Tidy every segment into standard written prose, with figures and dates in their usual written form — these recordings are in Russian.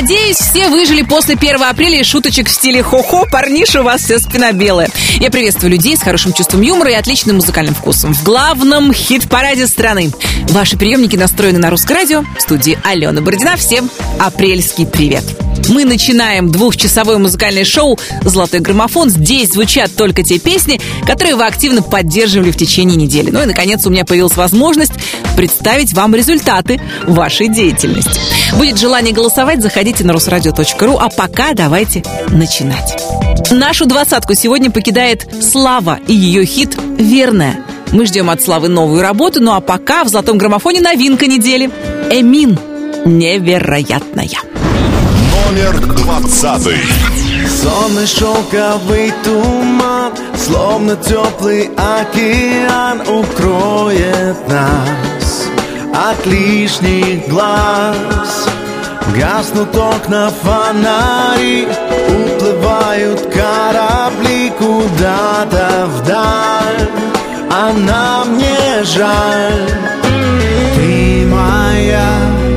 Надеюсь, все выжили после 1 апреля и шуточек в стиле «хо-хо, парниша, у вас вся спина белая». Я приветствую людей с хорошим чувством юмора и отличным музыкальным вкусом в главном хит-параде страны. Ваши приемники настроены на Русское радио. В студии Алена Бородина. Всем апрельский привет. Мы начинаем 2-часовое музыкальное шоу «Золотой граммофон». Здесь звучат только те песни, которые вы активно поддерживали в течение недели. Ну и, наконец, у меня появилась возможность представить вам результаты вашей деятельности. Будет желание голосовать, заходите на русрадио.ру. А пока давайте начинать. Нашу двадцатку сегодня покидает Слава и ее хит «Верная». Мы ждем от Славы новую работу, ну а пока в «Золотом граммофоне» новинка недели. Эмин «Невероятная». Номер 20. Сонный шелковый туман, словно теплый океан, укроет нас от лишних глаз. Гаснут окна, фонари, уплывают корабли куда-то вдаль, а нам не жаль. Ты моя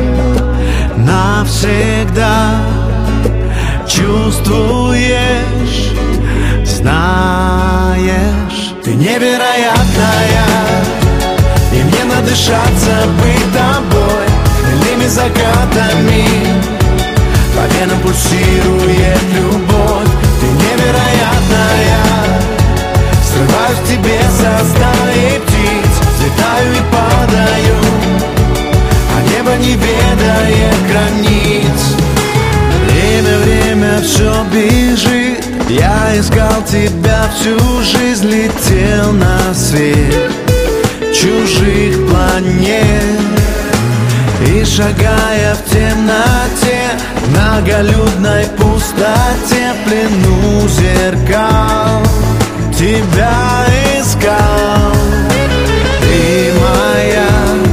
навсегда. Чувствуешь, знаешь, ты невероятная, и мне надышаться быть тобой хмельными закатами. По венам пульсирует любовь, ты невероятная. Срываюсь в тебе со стаи птиц, взлетаю и падаю, а небо не ведает границ. Время все бежит, я искал тебя всю жизнь, летел на свет чужих планет. И шагая в темноте, в многолюдной пустоте, в плену зеркал тебя искал. Ты моя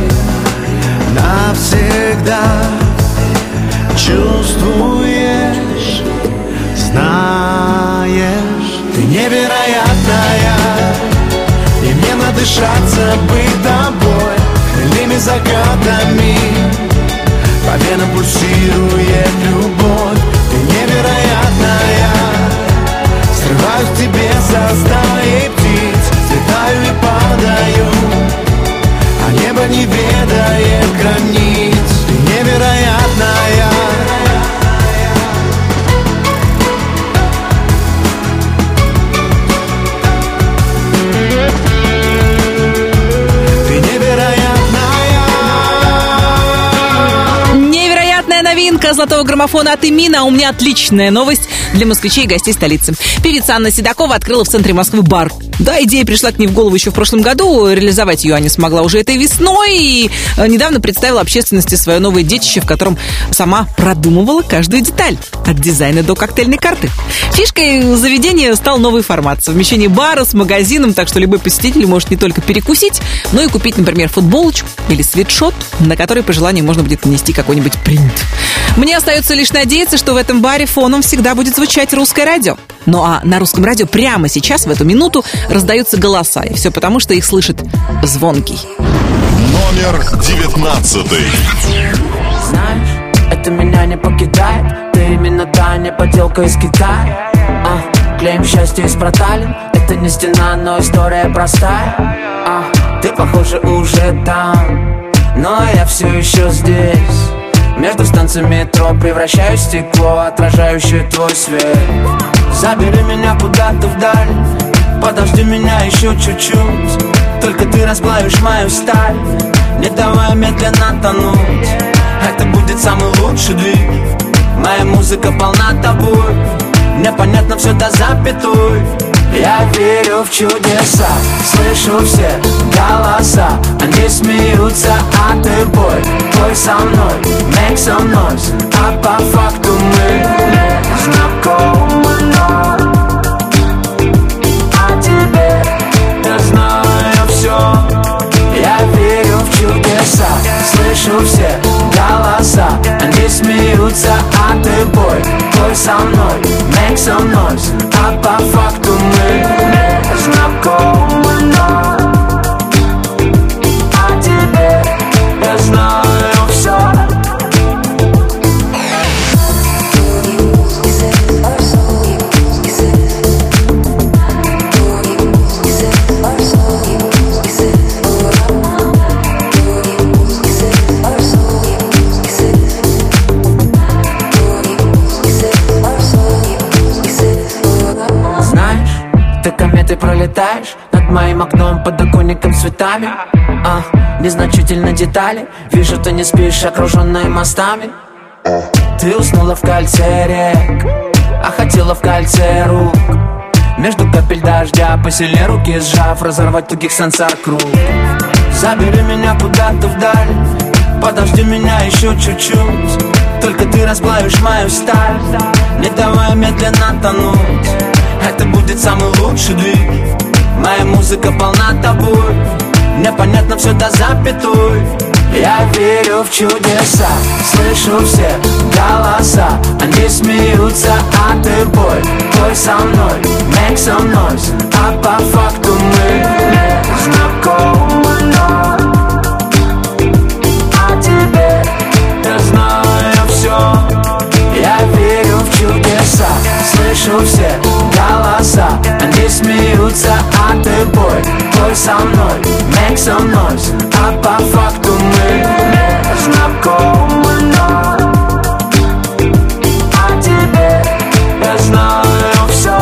навсегда. Чувствуешь, знаешь, ты невероятная, и мне надышаться быть тобой хмельными закатами. По венам пульсирует любовь, ты невероятная. Срываюсь в тебе со стаи птиц, взлетаю и падаю, а небо не ведает границ. Ты невероятная. Новинка «Золотого граммофона» от Эмина. У меня отличная новость для москвичей и гостей столицы. Певица Анна Седокова открыла в центре Москвы бар. Да, идея пришла к ней в голову еще в прошлом году. Реализовать ее Аня смогла уже этой весной. И недавно представила общественности свое новое детище, в котором сама продумывала каждую деталь. От дизайна до коктейльной карты. Фишкой заведения стал новый формат. Совмещение бара с магазином, так что любой посетитель может не только перекусить, но и купить, например, футболочку или свитшот, на который по желанию можно будет нанести какой-нибудь принт. Мне остается лишь надеяться, что в этом баре фоном всегда будет звучать русское радио. Ну а на русском радио прямо сейчас, в эту минуту, раздаются голоса. И все потому, что их слышит Звонкий. Номер 19. Знаешь, это меня не покидает. Ты именно та не поделка из Китая. Клеим счастье из проталин. Это не стена, но история простая. Ты, похоже, уже там, но я все еще здесь. Между станциями метро превращаюсь в стекло, отражающее твой свет. Забери меня куда-то вдаль, подожди меня еще чуть-чуть. Только ты расплавишь мою сталь, не давай медленно тонуть. Это будет самый лучший двиг. Моя музыка полна тобой, мне понятно все до запятой. Я верю в чудеса, слышу все голоса. Они смеются, а ты бой. Твой со мной, make some noise. А по факту мы знакомы, но о тебе я знаю все. Я верю в чудеса, слышу все голоса. Они смеются, а ты бой. Твой со мной, make some noise. А по факту мы знакомы, но о тебе я знаю все. ты пролетаешь над моим окном, подоконником цветами. Незначительно детали. Вижу, ты не спишь, окруженная мостами. Ты уснула в кольце рек, а хотела в кольце рук. Между капель дождя посильнее руки сжав, разорвать тугих сансар круг. Забери меня куда-то вдаль, подожди меня еще чуть-чуть. Только ты расплавишь мою сталь, не давай медленно тонуть. Это будет самый лучший двиг. Моя музыка полна тобой, мне понятно все до запятой. Я верю в чудеса, слышу все голоса. Они смеются, а ты пой со мной, make some noise. А по факту мы знакомы, а теперь я знаю все. Я верю в чудеса, слышу все голоса. Они смеются, а ты пой со мной, make some noise. А по факту мы знакомы, а теперь я знаю все.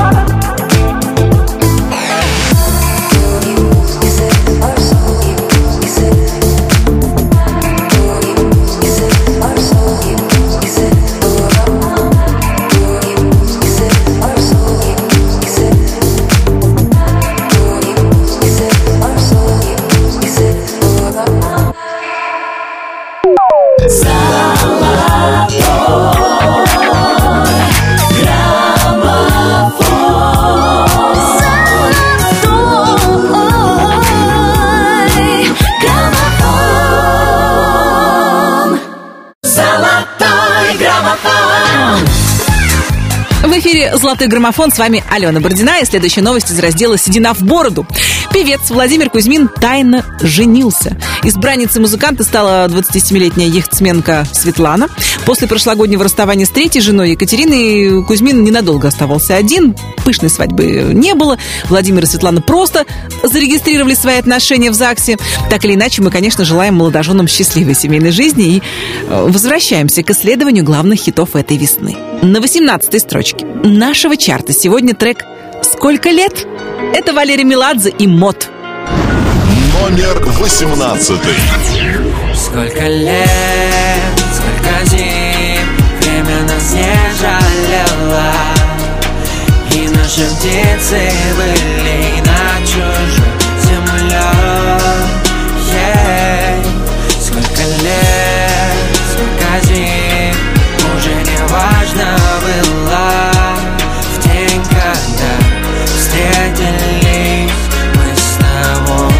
В эфире «Золотой граммофон», с вами Алена Бородина, и следующая новость из раздела «Седина в бороду». Певец Владимир Кузьмин тайно женился. Избранницей музыканта стала 27-летняя яхтсменка Светлана. После прошлогоднего расставания с третьей женой Екатериной Кузьмин ненадолго оставался один. Пышной свадьбы не было. Владимир и Светлана просто зарегистрировали свои отношения в ЗАГСе. Так или иначе, мы, конечно, желаем молодоженам счастливой семейной жизни и возвращаемся к исследованию главных хитов этой весны. На 18-й строчке нашего чарта сегодня трек «Сколько лет?» Это Валерий Меладзе и МОД. Номер 18. Сколько лет, сколько зим, время нас не жалело, и наши птицы были на чужой земле. Сколько лет, сколько зим, уже не важно было. В день, когда встретились мы с тобой,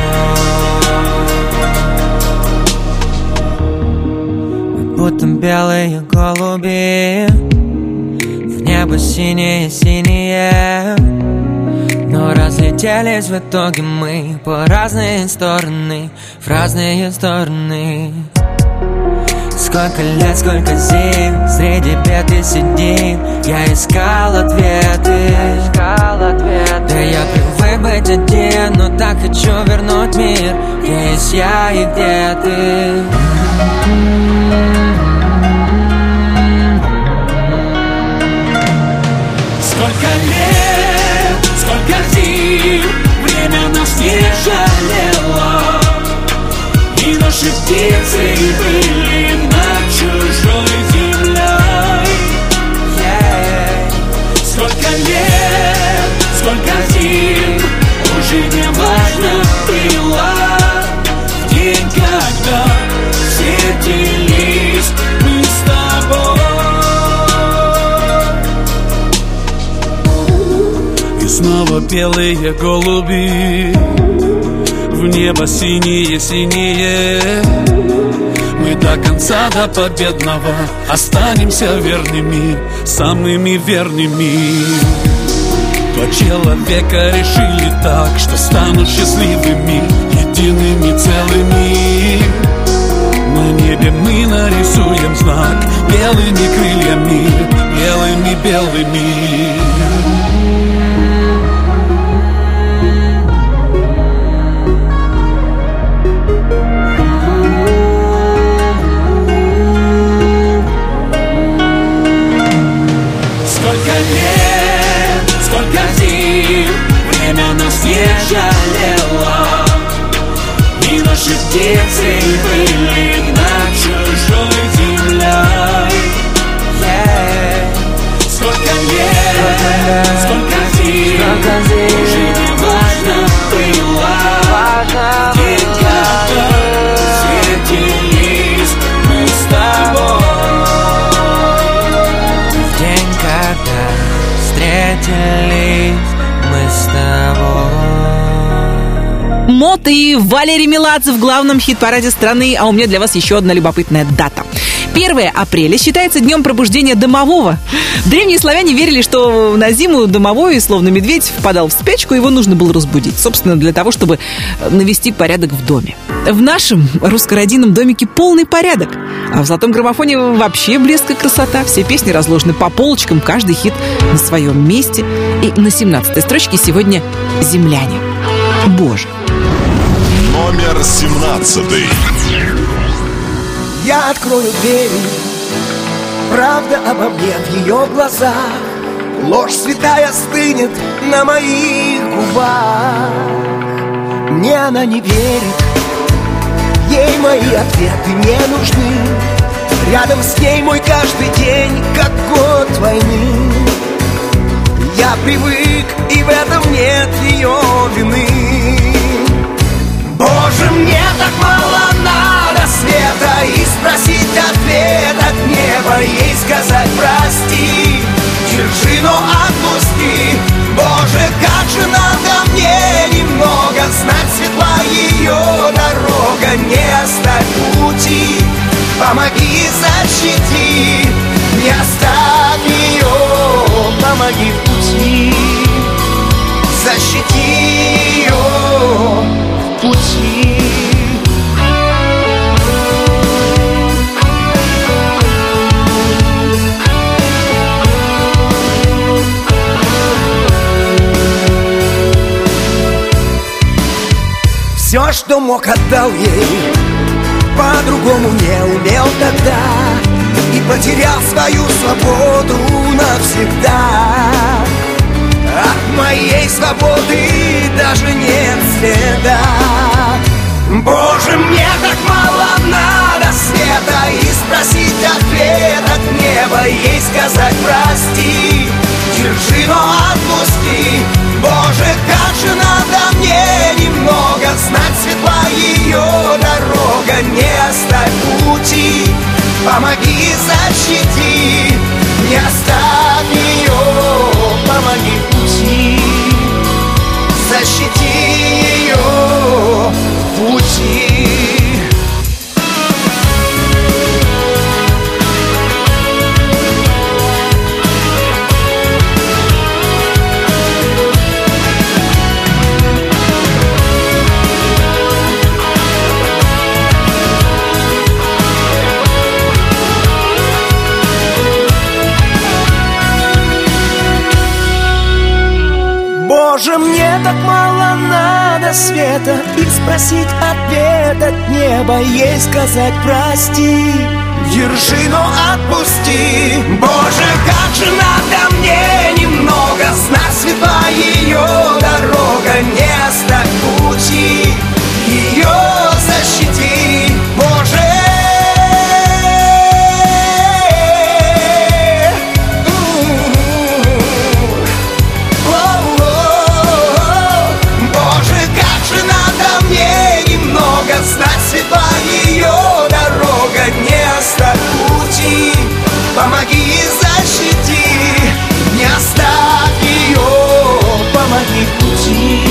мы будто белые голуби, в небо синее-синее, но разлетелись в итоге мы по разные стороны, в разные стороны. Сколько лет, сколько зим, среди бед и седин я искал ответы. Да я привык быть один, но так хочу вернуть мир, где есть я и где ты. Сколько лет, сколько зим, время нас не жалело, и наши птицы были над чужой землей. Сколько лет, сколько зим, уже не важно было. В день, когда встретились мы с тобой. И снова белые голуби, в небо синее-синее. Мы до конца, до победного останемся верными, самыми верными. Два человека решили так, что станут счастливыми, едиными целыми. На небе мы нарисуем знак белыми крыльями, белыми-белыми. Время нас дети были над чужой землей. Сколько лет, сколько зим, уже не важно было. День, когда встретились мы с тобой. День, когда встретились мы с тобой. Мот и Валерий Меладзе в главном хит-параде страны. А у меня для вас еще одна любопытная дата. 1 апреля считается днем пробуждения домового. Древние славяне верили, что на зиму домовой, словно медведь, впадал в спячку, его нужно было разбудить. Собственно, для того, чтобы навести порядок в доме. В нашем русско-родинном домике полный порядок. А в «Золотом граммофоне» вообще блеск и красота. Все песни разложены по полочкам, каждый хит на своем месте. И на 17-й строчке сегодня «Земляне». Боже. Номер 17. Я открою двери, правда обо мне в ее глазах. Ложь святая стынет на моих губах. Мне она не верит, ей мои ответы не нужны. Рядом с ней мой каждый день, как год войны. Я привык, и в этом нет ее вины. Боже, мне так мало надо света и спросить ответ от неба, ей сказать прости. Держи, но отпусти. Боже, как же надо мне немного знать, светла ее дорога, не оставь пути. Помоги, защити, не оставь ее, помоги в пути. Защити ее в пути. Все, что мог, отдал ей, по-другому не умел тогда. И потерял свою свободу навсегда. От моей свободы даже нет следа. Боже, мне так мало надо света и спросить ответ от неба, ей сказать прости. Держи, но отпусти. Боже, как же надо мне немного знать, светла ее дорога, не оставь пути. Помоги, защити, не оставь ее, помоги в пути. Защити ее в пути. Боже, мне так мало надо света и спросить ответ от неба, ей сказать прости. Держи, но отпусти. Боже, как же надо мне немного знать, светла ее дорога, не оставь пути. Ее защити, Боже. Знать, светла ее дорога, не оставь пути. Помоги, защити, не оставь ее, помоги в пути.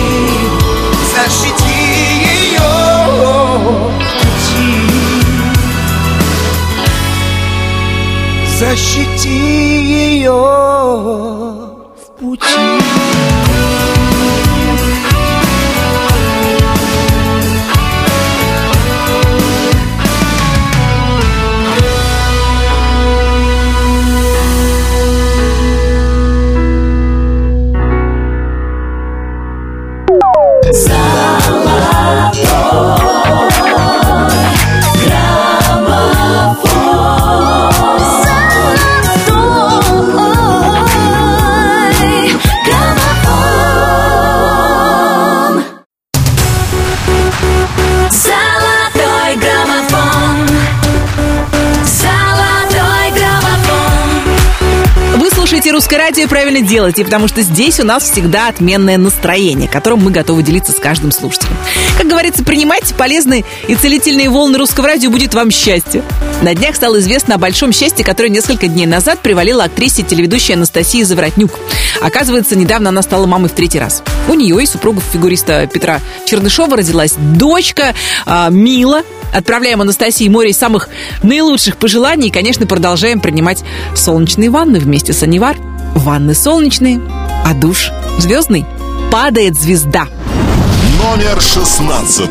Защити ее в пути. Защити ее в пути. Граммофон. Русское радио правильно делаете, потому что здесь у нас всегда отменное настроение, которым мы готовы делиться с каждым слушателем. Как говорится, принимайте полезные и целительные волны Русского радио, будет вам счастье. На днях стало известно о большом счастье, которое несколько дней назад привалило актрисе и телеведущей Анастасии Заворотнюк. Оказывается, недавно она стала мамой в 3-й раз. У нее и супруга фигуриста Петра Чернышова родилась дочка Мила. Отправляем Анастасии море самых наилучших пожеланий и, конечно, продолжаем принимать солнечные ванны вместе с Анивар. Ванны солнечные, а душ звездный. Падает звезда. Номер 16.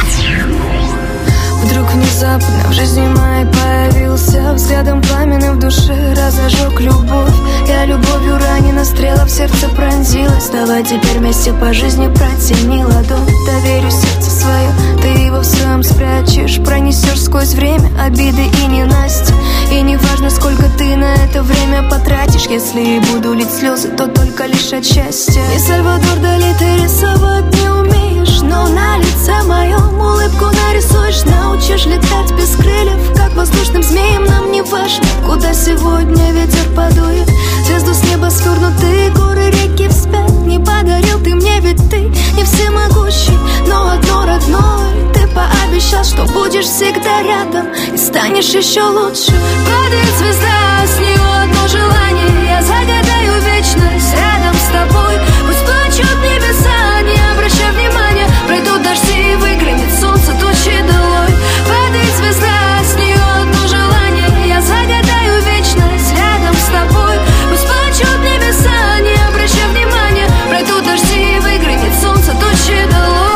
Вдруг внезапно в жизни моей появился, взглядом пламенным в душе разожег любовь. Я любовью ранена, стрела в сердце пронзилась. Давай теперь вместе по жизни протяни ладонь. Доверю сердце свое, ты его в своем спрячешь. Пронесешь сквозь время обиды и ненастья. И не важно, сколько ты на это время потратишь. Если и буду лить слезы, то только лишь от счастья. И Сальвадор Дали, ты рисовать не умеешь, но на лице моем улыбку нарисуешь. Научишь летать без крыльев, как воздушным змеем. Нам не важно, куда сегодня ветер подует. Звезду с неба свернутые горы, реки вспять. Не подарил ты мне, ведь ты не всемогущий, но одно родное. Ты пообещал, что будешь всегда рядом и станешь еще лучше. Падает звезда, с нее одно желание. Я загадаю вечность рядом с тобой. Пусть плачут небеса, не обращай внимания. Пройдут дожди и выглянет солнце, тучи долой. Падает звезда, с нее одно желание. Я загадаю вечность рядом с тобой. Пусть плачут небеса, не обращай внимания. Пройдут дожди и выглянет солнце, тучи долой.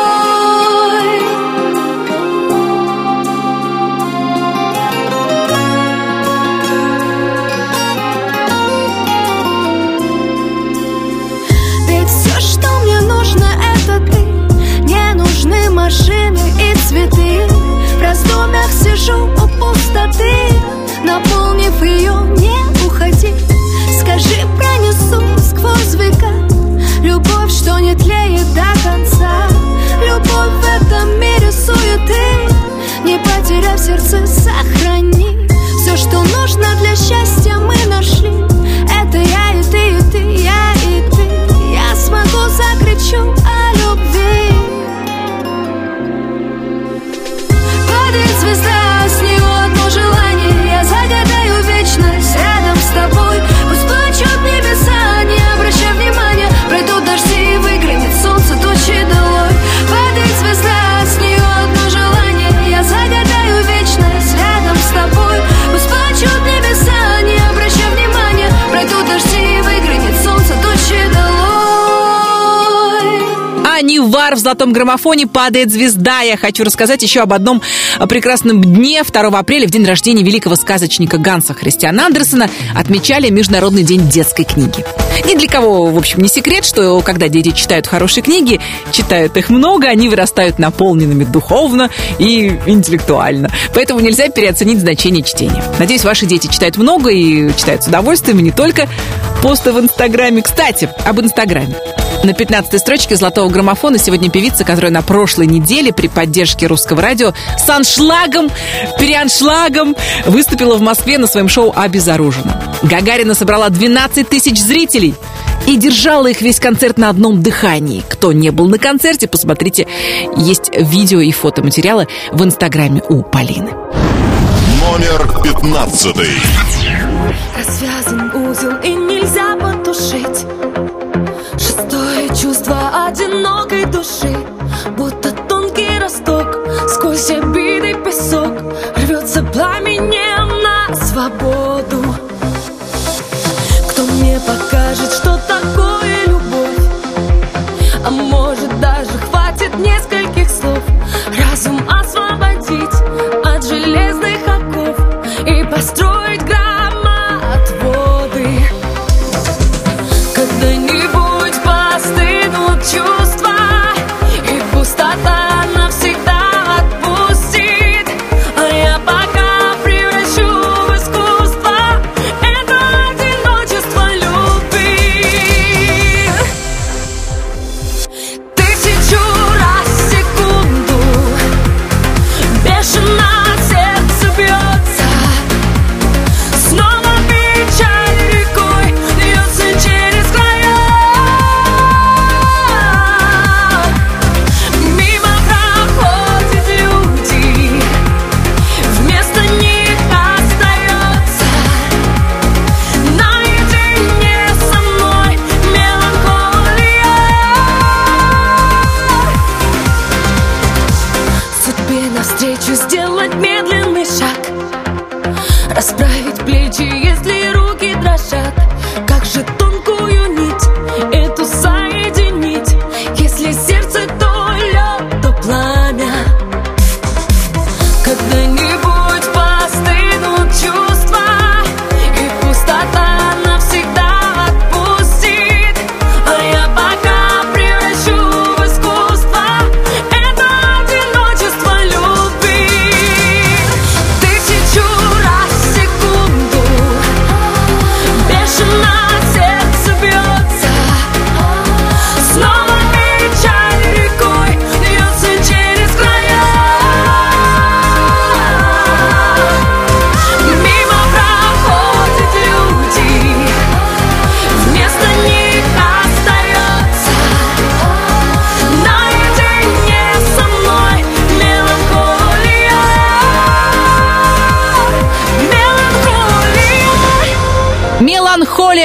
Ведь все, что мне нужно, это ты. Не нужны машины и цветы. В раздумьях сижу у пустоты. Наполнив ее, не уходи. Скажи, пронесу сквозь века. Любовь, что не тлеет до конца. Любовь в этом мире суеты. Не потеряв сердце, сохрани. Все, что нужно для счастья, мы нашли. Это я и ты, и ты, я и ты. Я смогу, закричу о любви. Падает звезда, с нее одно желание. Я загадаю вечность рядом с тобой. Пусть плачут небеса, не обращай внимания. Пройдут дожди и выглянет солнце, тучи долой. Падает звезда, с нее одно желание. Я загадаю вечность рядом с тобой. Пусть плачут небеса, не обращай внимания. Пройдут дожди и выглянет солнце, тучи долой. Анивар в золотом граммофоне, падает звезда. Я хочу рассказать еще об одном прекрасном дне. 2 апреля, в день рождения великого сказочника Ганса Христиана Андерсена, отмечали Международный день детской книги. Ни для кого, в общем, не секрет, что когда дети читают хорошие книги, читают их много, они вырастают наполненными духовно и интеллектуально. Поэтому нельзя переоценить значение чтения. Надеюсь, ваши дети читают много и читают с удовольствием, и не только посты в Инстаграме. Кстати, об Инстаграме. На 15-й строчке золотого граммофона сегодня певица, которая на прошлой неделе при поддержке Русского радио с аншлагом, переаншлагом выступила в Москве на своем шоу «Обезоружена». Гагарина собрала 12 тысяч зрителей и держала их весь концерт на одном дыхании. Кто не был на концерте, посмотрите, есть видео и фотоматериалы в Инстаграме у Полины. Номер 15. Развязан узел и нельзя потушить. Шестое чувство одинокой души, будто тонкий росток, сквозь обиды песок рвется пламенем на свободу. Кто мне покажет, что такое любовь? А может, даже хватит нескольких слов. Разум освободить от железных оков и построить громоотводы. Когда-нибудь постынут чувства, и пустота навсегда отпустит. А я пока превращу в искусство это одиночество любви. 1000 раз в секунду бешено сердце бьется. Снова печаль рекой льется.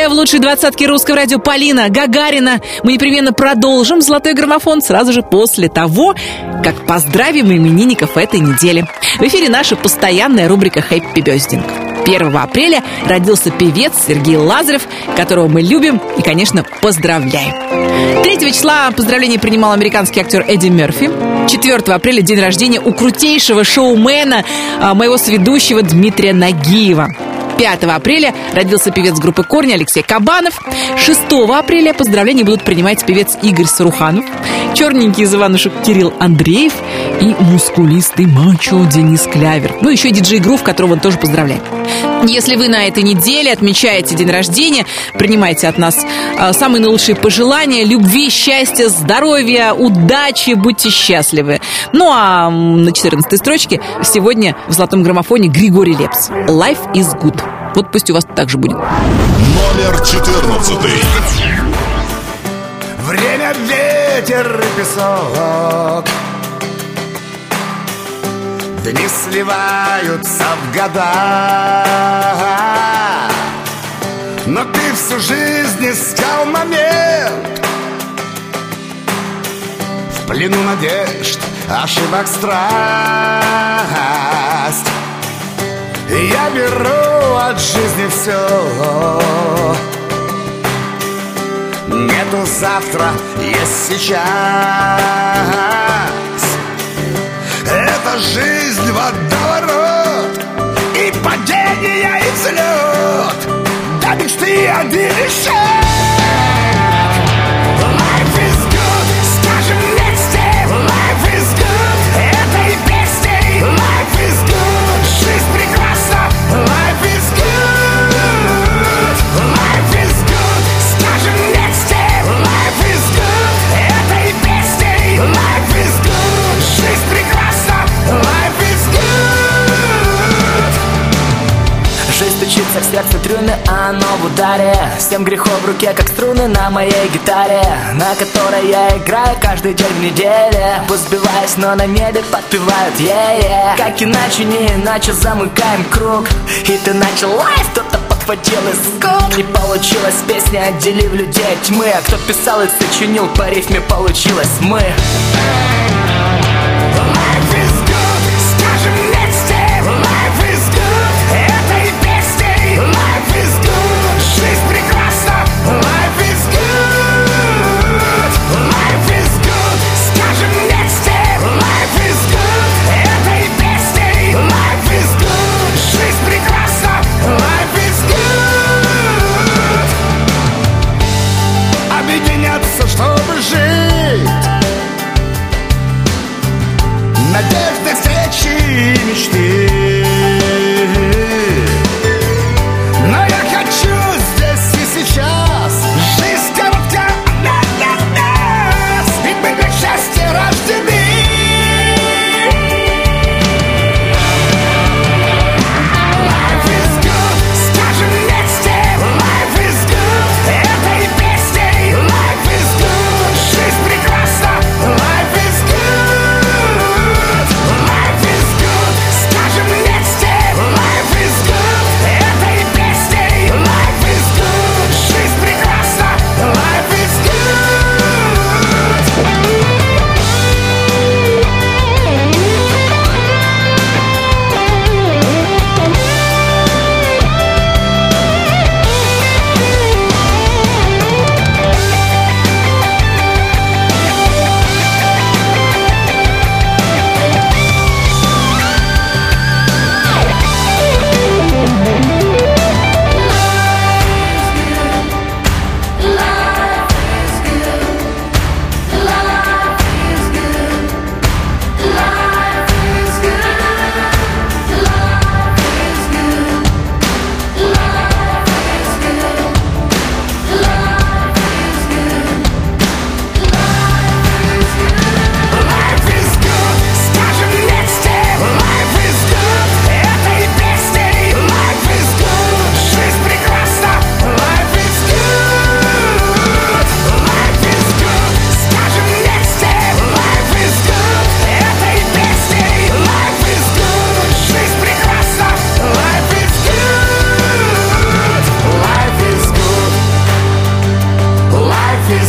в лучшей двадцатке русского радио Полина Гагарина. Мы непременно продолжим «Золотой граммофон» сразу же после того, как поздравим именинников этой недели. В эфире наша постоянная рубрика «Хэппи Бёздинг». 1 апреля родился певец Сергей Лазарев, которого мы любим и, конечно, поздравляем. 3 числа поздравления принимал американский актер Эдди Мерфи. 4 апреля день рождения у крутейшего шоумена, моего соведущего Дмитрия Нагиева. 5 апреля родился певец группы «Корни» Алексей Кабанов. 6 апреля поздравления будут принимать певец Игорь Саруханов, черненький из Иванушек Кирилл Андреев и мускулистый мачо Денис Клявер. Ну, еще и диджей Грув, которого тоже поздравляем. Если вы на этой неделе отмечаете день рождения, принимайте от нас самые наилучшие пожелания: любви, счастья, здоровья, удачи, будьте счастливы. Ну, а на 14-й строчке сегодня в «Золотом граммофоне» Григорий Лепс. «Life is good». Вот пусть у вас так же будет. Номер 14. Время, ветер и песок, дни сливаются в года, но ты всю жизнь искал момент, в плену надежд, ошибок, страсть. Я беру от жизни все. Нету завтра, есть сейчас. Это жизнь водоворот, и падение, и взлет, до мечты один шаг. Life is good, скажем вместе. Life is good, это и песни. Life is good, жизнь прекрасна. Life is good, life is good, скажем вместе. Life is good, это и песни. Life is good, жизнь прекрасна. Life is good. Жизнь стучится в сердце трюны, а оно в ударе. 7 грехов в руке, как струны на моей гитаре, на которой я играю каждый день в неделе. Пусть сбиваюсь, но на небе подпевают yeah-yeah. Как иначе, не иначе замыкаем круг. И ты начал лайф, кто-то подхватил из скуп. Не получилось песня, отделив людей от тьмы. А кто писал и сочинил, по рифме получилось мы. Life is good, скажем вместе. Life is good, это и песни. Life is good, жизнь прекрасна. Life is good, life is good, скажем вместе. Life is good, это и песни. Life is good, жизнь прекрасна. Life is good. Объединяться, чтобы жить. Надежды, встречи и мечты. Но я хочу здесь и сейчас. Жизнь коротка для нас, ведь мы для счастья рождены. Life is good, скажем вместе. Life is good, это и песни. Life is good, жизнь прекрасна. Life is good. Life is good, скажем вместе.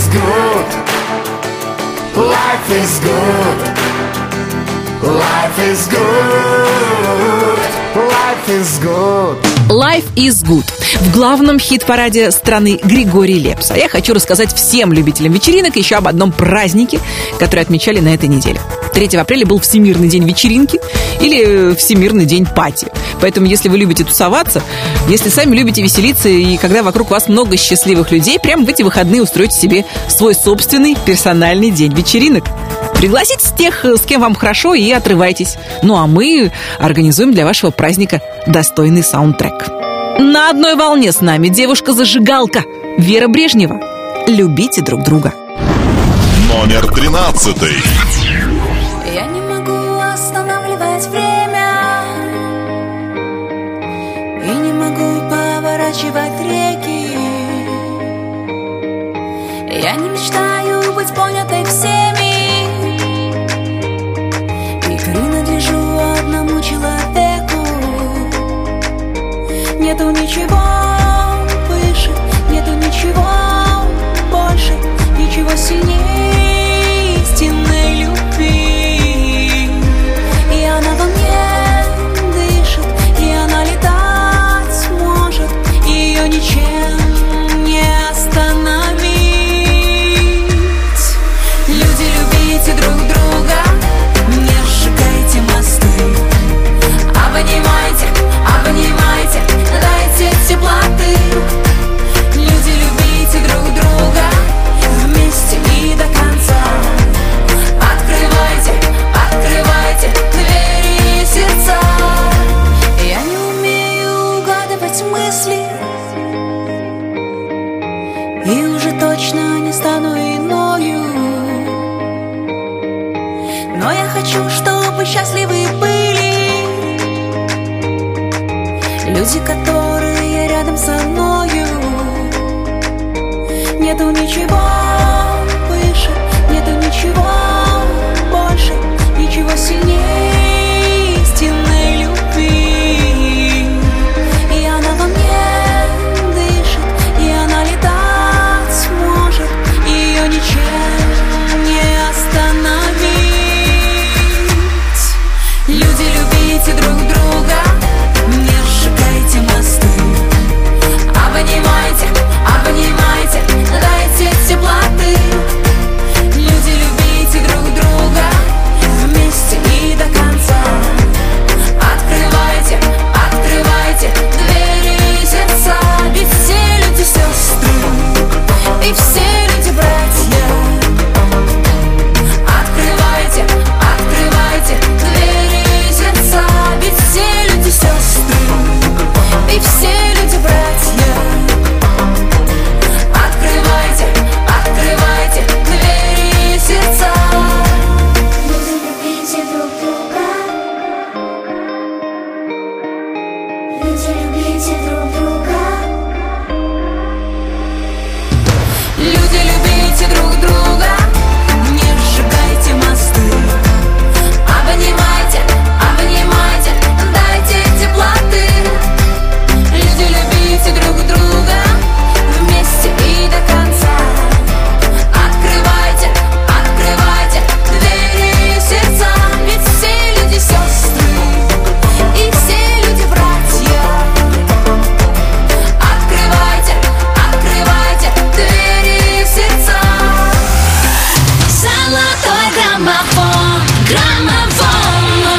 is good. Life is good. Life is good. Life is good. Life is good. В главном хит-параде страны Григорий Лепс. А я хочу рассказать всем любителям вечеринок еще об одном празднике, который отмечали на этой неделе. 3 апреля был Всемирный день вечеринки или Всемирный день пати. Поэтому, если вы любите тусоваться, если сами любите веселиться, и когда вокруг вас много счастливых людей, прямо в эти выходные устройте себе свой собственный персональный день вечеринок. Пригласите тех, с кем вам хорошо, и отрывайтесь. Ну а мы организуем для вашего праздника достойный саундтрек. На одной волне с нами девушка-зажигалка Вера Брежнева. Любите друг друга. Номер 13. Я не могу останавливать время и не могу поворачивать реки. Я не мечтаю быть понятой всеми и принадлежу одному человеку. Нету ничего выше, нету ничего больше, ничего сильнее истинной любви. И она во мне дышит, и она летать может, ее ничем не остановить. Люди, любите друг друга, не сжигайте мосты. Обнимайте, обнимайте, дайте теплоты. Люди, любите друг друга вместе и до конца. Открывайте, открывайте двери и сердца. Я не умею угадывать мысли и уже точно не стану иною. Но я хочу, чтобы счастливы были люди, которые рядом со мною. Нету ничего выше, нету ничего больше, ничего сильнее истинной любви. И она во мне дышит, и она летать может, ее ничем не остановить. Люди, любите друг друга, не сжигайте мосты. Обнимайте, обнимайте, дайте теплоты. Люди, любите друг друга вместе и до конца. Открывайте, открывайте двери и сердца. Ведь все люди сестры, и все люди братья. Открывайте, открывайте двери и сердца. Ведь все люди сестры, и все люди братья. Открывайте, открывайте двери и сердца. Люди, любите друг друга. Люди, любите друг друга. Люди, любите друг друга. Не сжигайте мосты. Обнимайте, обнимайте, дайте теплоты. Люди, любите друг друга вместе и до конца. Открывайте, открывайте двери и сердца. Ведь все люди сестры, и все люди братья. Открывайте, открывайте двери и сердца. Золотой граммофон, граммофон.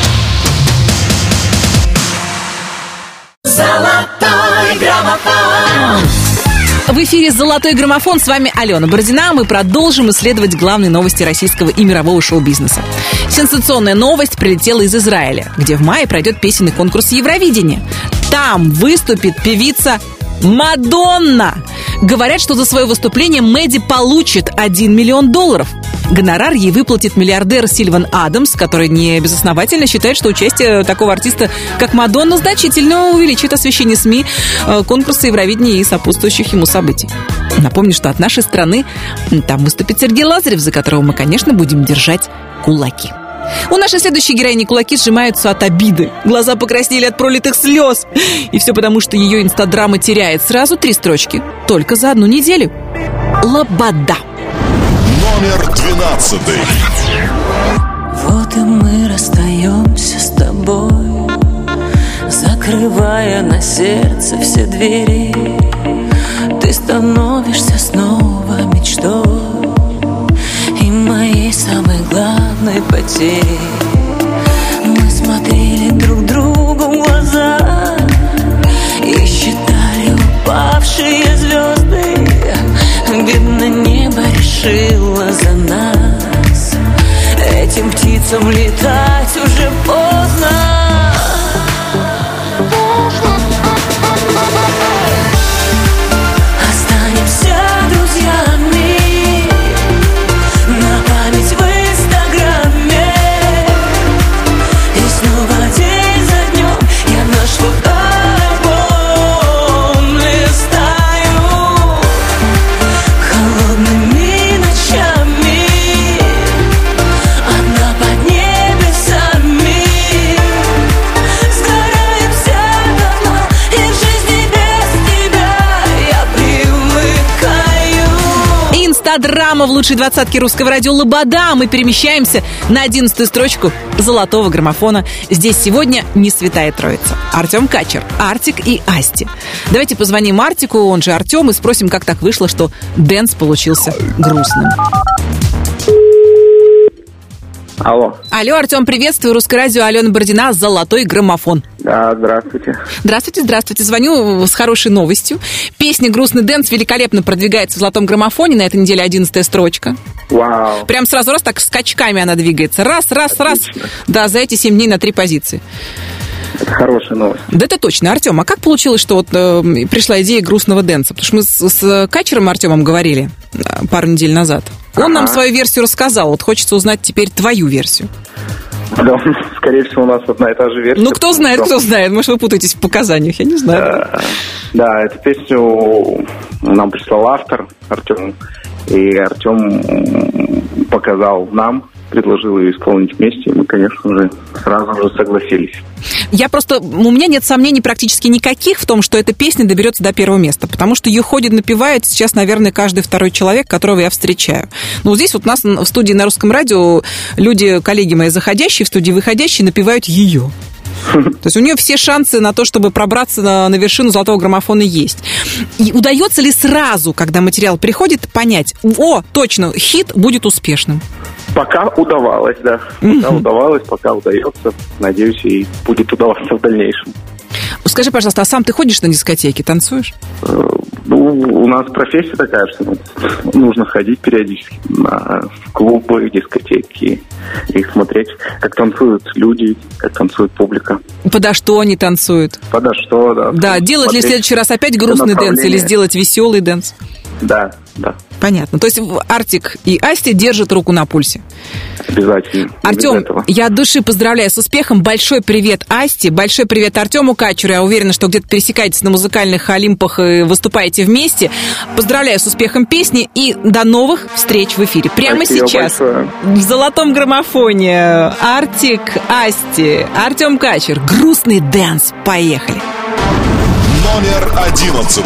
Золотой граммофон. В эфире «Золотой граммофон». С вами Алена Бородина. Мы продолжим исследовать главные новости российского и мирового шоу-бизнеса. Сенсационная новость прилетела из Израиля, где в мае пройдет песенный конкурс Евровидения. Там выступит певица Мадонна. Говорят, что за свое выступление Мэдди получит $1 миллион. Гонорар ей выплатит миллиардер Сильван Адамс, который не безосновательно считает, что участие такого артиста, как Мадонна, значительно увеличит освещение СМИ конкурса Евровидения и сопутствующих ему событий. Напомню, что от нашей страны там выступит Сергей Лазарев, за которого мы, конечно, будем держать кулаки. У нашей следующей героини кулаки сжимаются от обиды. Глаза покраснели от пролитых слез. И все потому, что ее инстадрама теряет сразу 3 строчки только за 1 неделю. «Лобода». Номер 12. Вот и мы расстаемся с тобой, закрывая на сердце все двери. Ты становишься снова мечтой и моей самой главной потерей. Мы смотрели друг другу в глаза и считали упавшие звезды. Видно, небо решило за нас. Этим птицам летать уже поздно. Останемся друзьями на память в Инстаграме. И снова день за днем я наш фотоальбом листаю холодными ночами, одна под небесами. Сгораемся давно, и в жизни без тебя я привыкаю. Инстадрама в лучшей двадцатке русского радио «Лобода». Мы перемещаемся на 11-ю строчку золотого граммофона. Здесь сегодня не святая троица. Артем Качер, Артик и Асти. Давайте позвоним Артику, он же Артем, и спросим, как так вышло, что дэнс получился грустным. Алло. Алло, Артем, приветствую. Русское радио, Алена Бородина, «Золотой граммофон». Да, здравствуйте. Здравствуйте, здравствуйте. Звоню с хорошей новостью. Песня «Грустный дэнс» великолепно продвигается в «Золотом граммофоне». На этой неделе 11-я строчка. Вау. Прям сразу раз, так скачками она двигается. Раз, раз, Отлично. раз. Да, за эти 7 дней на 3 позиции. Это хорошая новость. Да это точно. Артем, а как получилось, что вот пришла идея грустного дэнса? Потому что мы с Качером Артемом говорили пару недель назад. Он нам свою версию рассказал. Вот хочется узнать теперь твою версию. Да, скорее всего, у нас одна и та же версия. Ну, кто знает, кто знает. Может, вы путаетесь в показаниях, я не знаю. Да, эту песню нам прислал автор Артем. И Артем показал нам, предложил ее исполнить вместе. И мы, конечно же, сразу же согласились. У меня нет сомнений практически никаких в том, что эта песня доберется до первого места, потому что ее ходит, напевает сейчас, наверное, каждый второй человек, которого я встречаю. Ну, здесь вот у нас в студии на Русском радио люди, коллеги мои заходящие, в студии выходящие, напевают ее. То есть у нее все шансы на то, чтобы пробраться на вершину золотого граммофона есть. И удается ли сразу, когда материал приходит, понять, точно, хит будет успешным? Пока удавалось, да. Пока удается. Надеюсь, и будет удаваться в дальнейшем. Скажи, пожалуйста, а сам ты ходишь на дискотеки, танцуешь? У нас профессия такая, что нужно ходить периодически на клубы, дискотеки и смотреть, как танцуют люди, как танцует публика. Подо что они танцуют? Подо что, да. Да, делать ли в следующий раз опять грустный дэнс или сделать веселый дэнс? Да. Понятно. То есть Артик и Асти держат руку на пульсе. Обязательно. Артем, я от души поздравляю с успехом. Большой привет Асти, большой привет Артему Качеру. Я уверена, что где-то пересекаетесь на музыкальных олимпах и выступаете вместе. Поздравляю с успехом песни и до новых встреч в эфире. Прямо Спасибо сейчас большое. в «Золотом граммофоне» Артик, Асти, Артем Качер. Грустный дэнс. Поехали. Номер 11.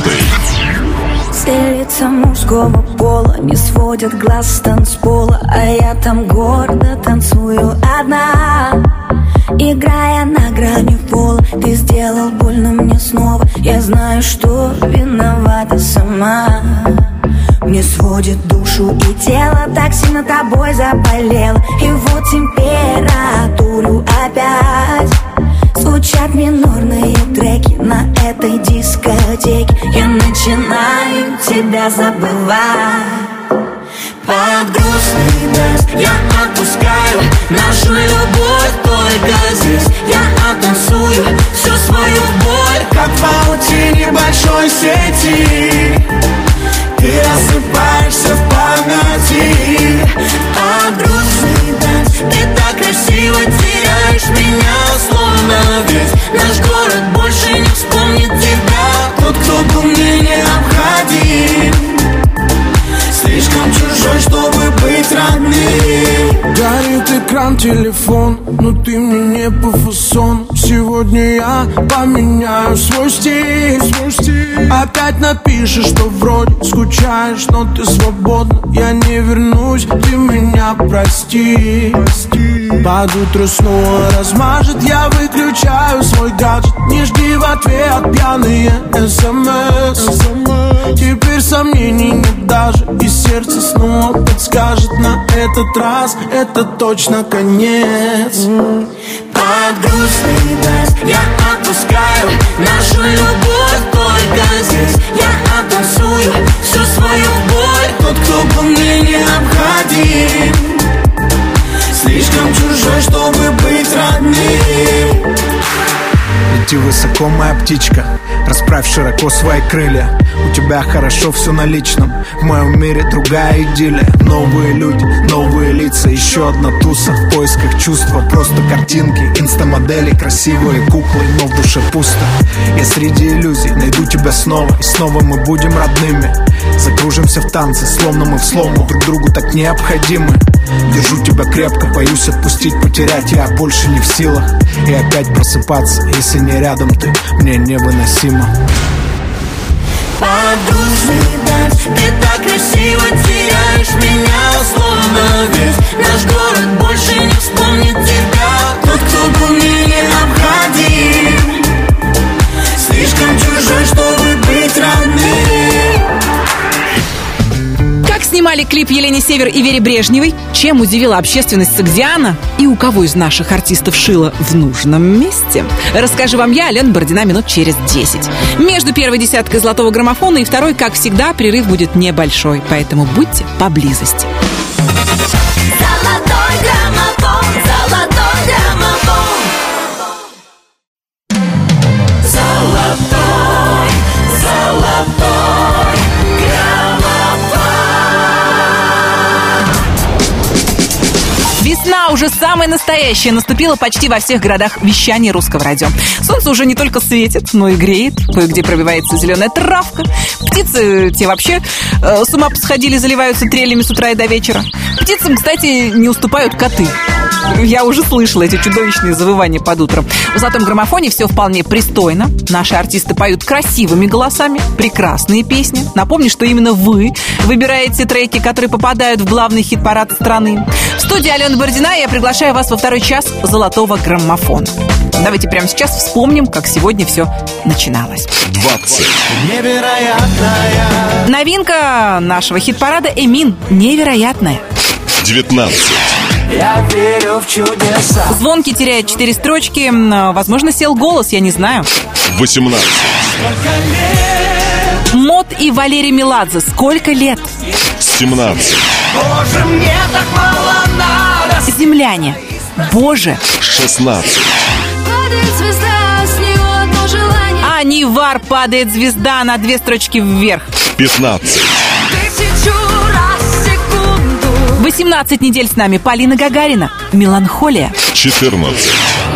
Все лица мужского пола не сводят глаз с танцпола, а я там гордо танцую одна. Играя на грани пола, ты сделал больно мне снова. Я знаю, что виновата сама. Мне сводит душу и тело, так сильно тобой заболело. И вот температуру опять. Звучат минорные треки на этой дискотеке. Я начинаю тебя забывать. Под грустный дэнс я отпускаю нашу любовь только здесь. Я оттанцую всю свою боль, как в паутине большой сети. Ты рассыпаешься в памяти. Под грустный дэнс ты так красиво теряешь меня, словно весь наш город больше не вспомнит тебя. Тот, кто был мне необходим, слишком чужой, чтобы быть родным. Горит экран, телефон, но ты мне не по фасону. сегодня я поменяю свой стиль. Опять напишешь, что вроде скучаешь, но ты свободна. Я не вернусь, ты меня прости. Под утро снова размажет, я выключаю свой гаджет. Не жди в ответ пьяные СМС. Теперь сомнений нет даже, и сердце снова подскажет: на этот раз это точно конец. Под грустный дождь я отпускаю нашу любовь только здесь. Я оттанцую всю свою боль. Тот, кто по мне необходим, слишком чужой, чтобы быть родным. Лети высоко, моя птичка, расправь широко свои крылья. У тебя хорошо все на личном, в моем мире другая идиллия. Новые люди, новые лица, еще одна туса в поисках чувства. Просто картинки, инстамодели, красивые куклы, но в душе пусто. Я среди иллюзий найду тебя снова, и снова мы будем родными. Закружимся в танце, словно мы в слому, друг другу так необходимы. Держу тебя крепко, боюсь отпустить, потерять я больше не в силах. И опять просыпаться, если не рядом ты, мне невыносимо. Подушный дождь, ты так красиво теряешь меня, словно весь наш город больше не вспомнит тебя. Тот, кто был мне необходим, слишком чужой, чтобы быть родным. Как снимали клип Елене Север и Вере Брежневой? Чем удивила общественность Согдиана? И у кого из наших артистов шило в нужном месте? Расскажу вам я, Алена Бородина, минут через 10. Между первой десяткой золотого граммофона и второй, как всегда, перерыв будет небольшой, поэтому будьте поблизости. Золотой граммофон, золотой граммофон. Золотой, золотой граммофон. Весна уже самая настоящая наступила почти во всех городах вещания русского радио. Солнце уже не только светит, но и греет. Кое-где пробивается зеленая травка. Птицы, те вообще с ума посходили, заливаются трелями с утра и до вечера. Птицам, кстати, не уступают коты. Я уже слышала эти чудовищные завывания под утром. В «Золотом граммофоне» все вполне пристойно. Наши артисты поют красивыми голосами, прекрасные песни. Напомню, что именно вы выбираете треки, которые попадают в главный хит-парад страны. В студии Алена Бородина, и я приглашаю вас во второй час «Золотого граммофона». Давайте прямо сейчас вспомним, как сегодня все начиналось. 20. Невероятная. Новинка нашего хит-парада «Эмин». Невероятная. 19. Я верю в чудеса. Звонкий теряет 4 строчки. Возможно, сел голос, я не знаю. 18. Мод и Валерий Меладзе. Сколько лет? 17. Боже, мне так мало надо. Земляне. Боже. 16. Падает звезда, с него одно желание. Анивар, падает звезда на 2 строчки вверх. 15. 1000 раз в секунду. 18 недель с нами Полина Гагарина. Меланхолия. 14.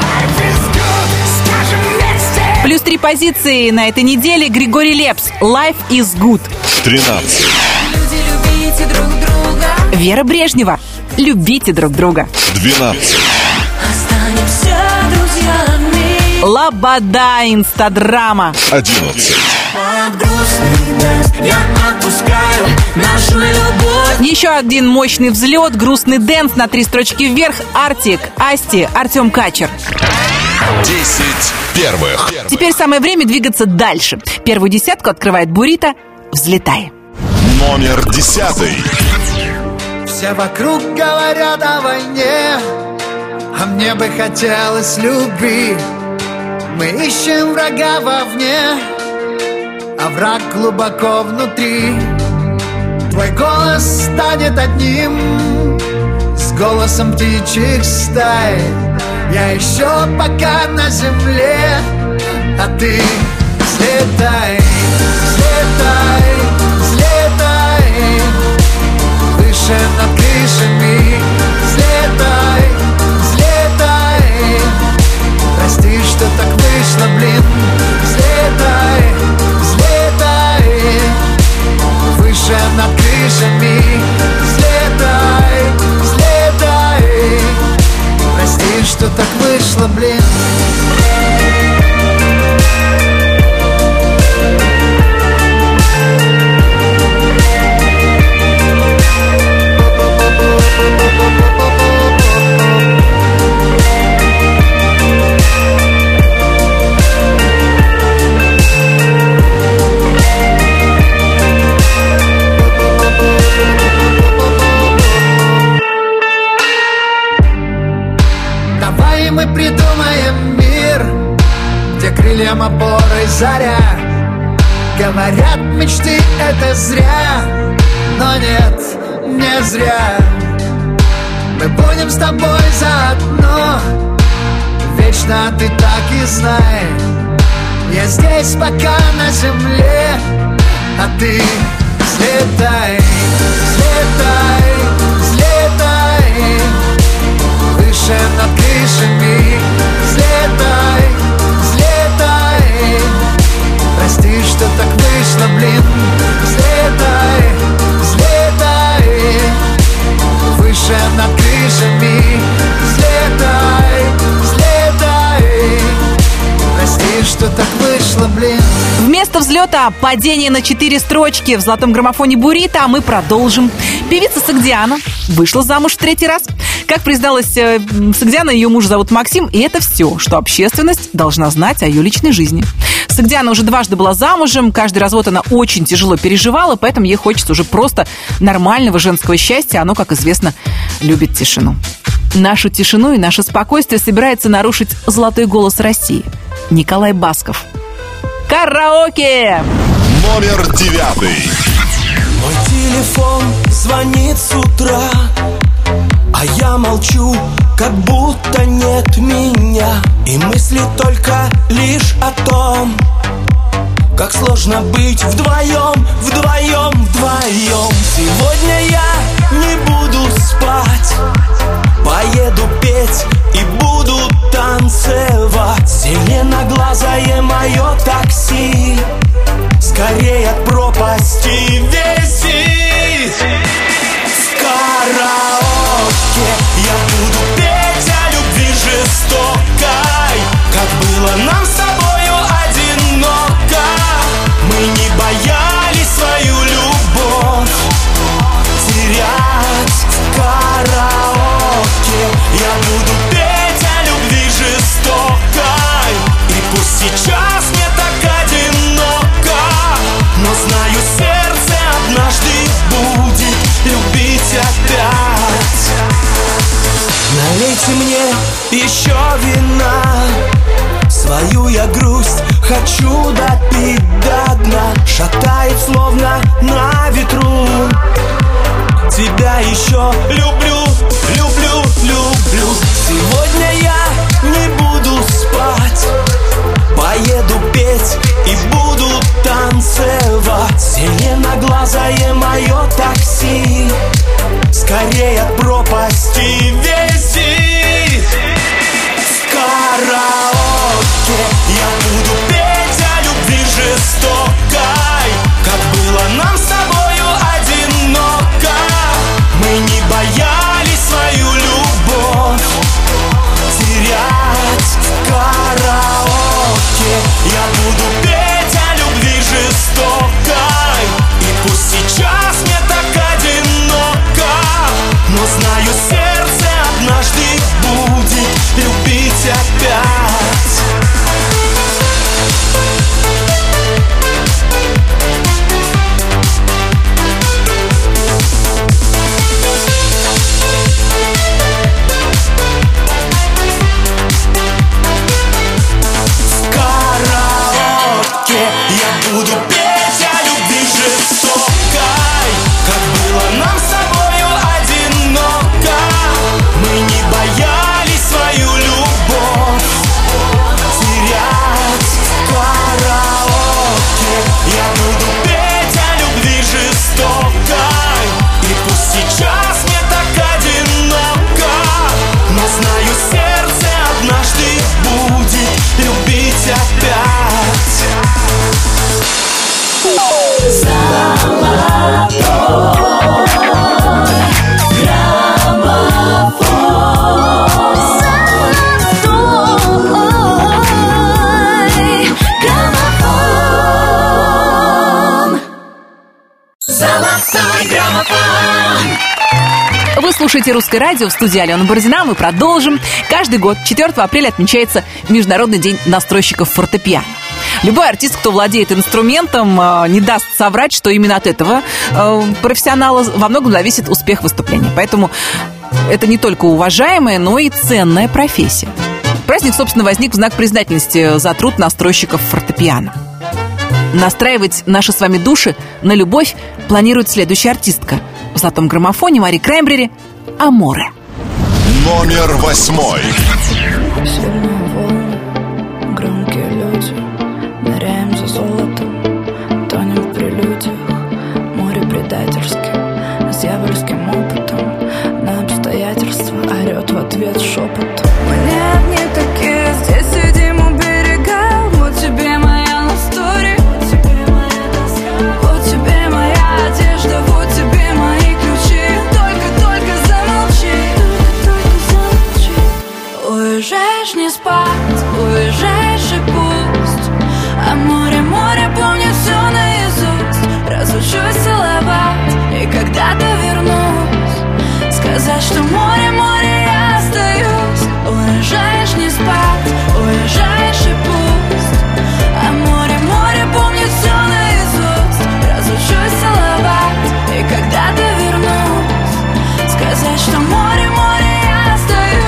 Плюс 3 позиции на этой неделе. Григорий Лепс. Life is good. 13. Люди, любите друг друга. Вера Брежнева. Любите друг друга. 12. Останемся друзьями. Лобода, инстадрама. 11. Под грустный дождь я отпускаю нашу любовь. Еще один мощный взлет. Грустный дэнс на 3 строчки вверх. Артик, Асти, Артем Качер. 10 первых. Теперь самое время двигаться дальше. Первую десятку открывает Бурито. Взлетай. Номер 10. Все вокруг говорят о войне, а мне бы хотелось любви. Мы ищем врага вовне, а враг глубоко внутри. Твой голос станет одним с голосом птичьих стай. Я еще пока на земле, а ты взлетай, взлетай, взлетай выше над крышами. Взлетай, взлетай. Прости, что так вышло, блин. Взлетай, взлетай выше над крышами. Взлетай, взлетай. Прости, что так вышло, блин. заря. Говорят, мечты это зря, но нет, не зря. Мы будем с тобой заодно, вечно ты так и знай. Я здесь пока на земле, а ты взлетай, взлетай, взлетай выше над крышами. Взлетай, взлетай, прости, что так вышло, блин. Взлетай, взлетай выше над крышами. Взлетай, взлетай, прости, что так вышло, блин. Вместо взлета падение на 4 строчки в золотом граммофоне Бурито, а мы продолжим. Певица Согдиана вышла замуж в 3-й раз. Как призналась Согдиана, ее муж зовут Максим, и это все, что общественность должна знать о ее личной жизни. Согдиана уже 2 была замужем, каждый развод она очень тяжело переживала, поэтому ей хочется уже просто нормального женского счастья. Оно, как известно, любит тишину. Нашу тишину и наше спокойствие собирается нарушить золотой голос России — Николай Басков. Караоке! Номер 9. Мой телефон звонит с утра, а я молчу, как будто нет меня. И мысли только лишь о том, как сложно быть вдвоем, вдвоем, вдвоем. Сегодня я не буду спать, поеду петь и буду танцевать. Зеленоглазое мое такси скорее от пропасти весит. В караоке я буду петь о любви жестокой, как было нам с тобою одиноко. Мы не боялись свою любовь терять. В караоке я буду петь о любви жестокой, и пусть сейчас мне так одиноко, но знаю, сердце однажды будет любить опять. Налейте мне еще вина, свою я грусть хочу допить до дна. Шатает словно на ветру, тебя еще люблю, люблю, люблю. Сегодня я не буду спать, поеду петь и буду танцевать. Зеленоглазое мое такси скорее от пропасти весит. В караоке я буду петь о любви жестокой, как было нам с тобою одиноко. Мы не боялись свою любовь терять. В караоке я буду петь о любви жестокой, и пусть сейчас мне так одиноко, но знаю, сердце однажды будет любить опять. В караоке я буду петь о любви жестокой, как было нам с тобою одиноко. Мы не боялись свою любовь терять. В караоке я буду петь о любви жестокой, и пусть сейчас мне так одиноко, но знаю, сердце однажды будет любить опять. Вы слушаете «Русское радио», в студии Алена Бородина. Мы продолжим. Каждый год 4 апреля отмечается Международный день настройщиков фортепиано. Любой артист, кто владеет инструментом, не даст соврать, что именно от этого профессионала во многом зависит успех выступления. Поэтому это не только уважаемая, но и ценная профессия. Праздник, собственно, возник в знак признательности за труд настройщиков фортепиано. Настраивать наши с вами души на любовь планирует следующая артистка. В золотом граммофоне Мари Краймбрери «Аморе». Номер 8. Сильные волны, громкие люди, ныряем за золотом, тонем в прелюдиях, море предательски, с дьявольским опытом, на обстоятельства орет в ответ шепот. Мы не одни такие, здесь сидим у берега, вот тебе моя лавстори, вот тебе моя одежда, вот тебе мои ключи, только замолчи. Уезжаешь не спать, уезжаешь и пусть, а море помнит все наизусть. Разучусь целовать и когда-то вернусь, сказать, что море я остаюсь. Уезжаешь не спать, уезжаешь и пусть, а море помнит все наизусть. Разучусь целовать и когда-то вернусь, сказать, что море я остаюсь.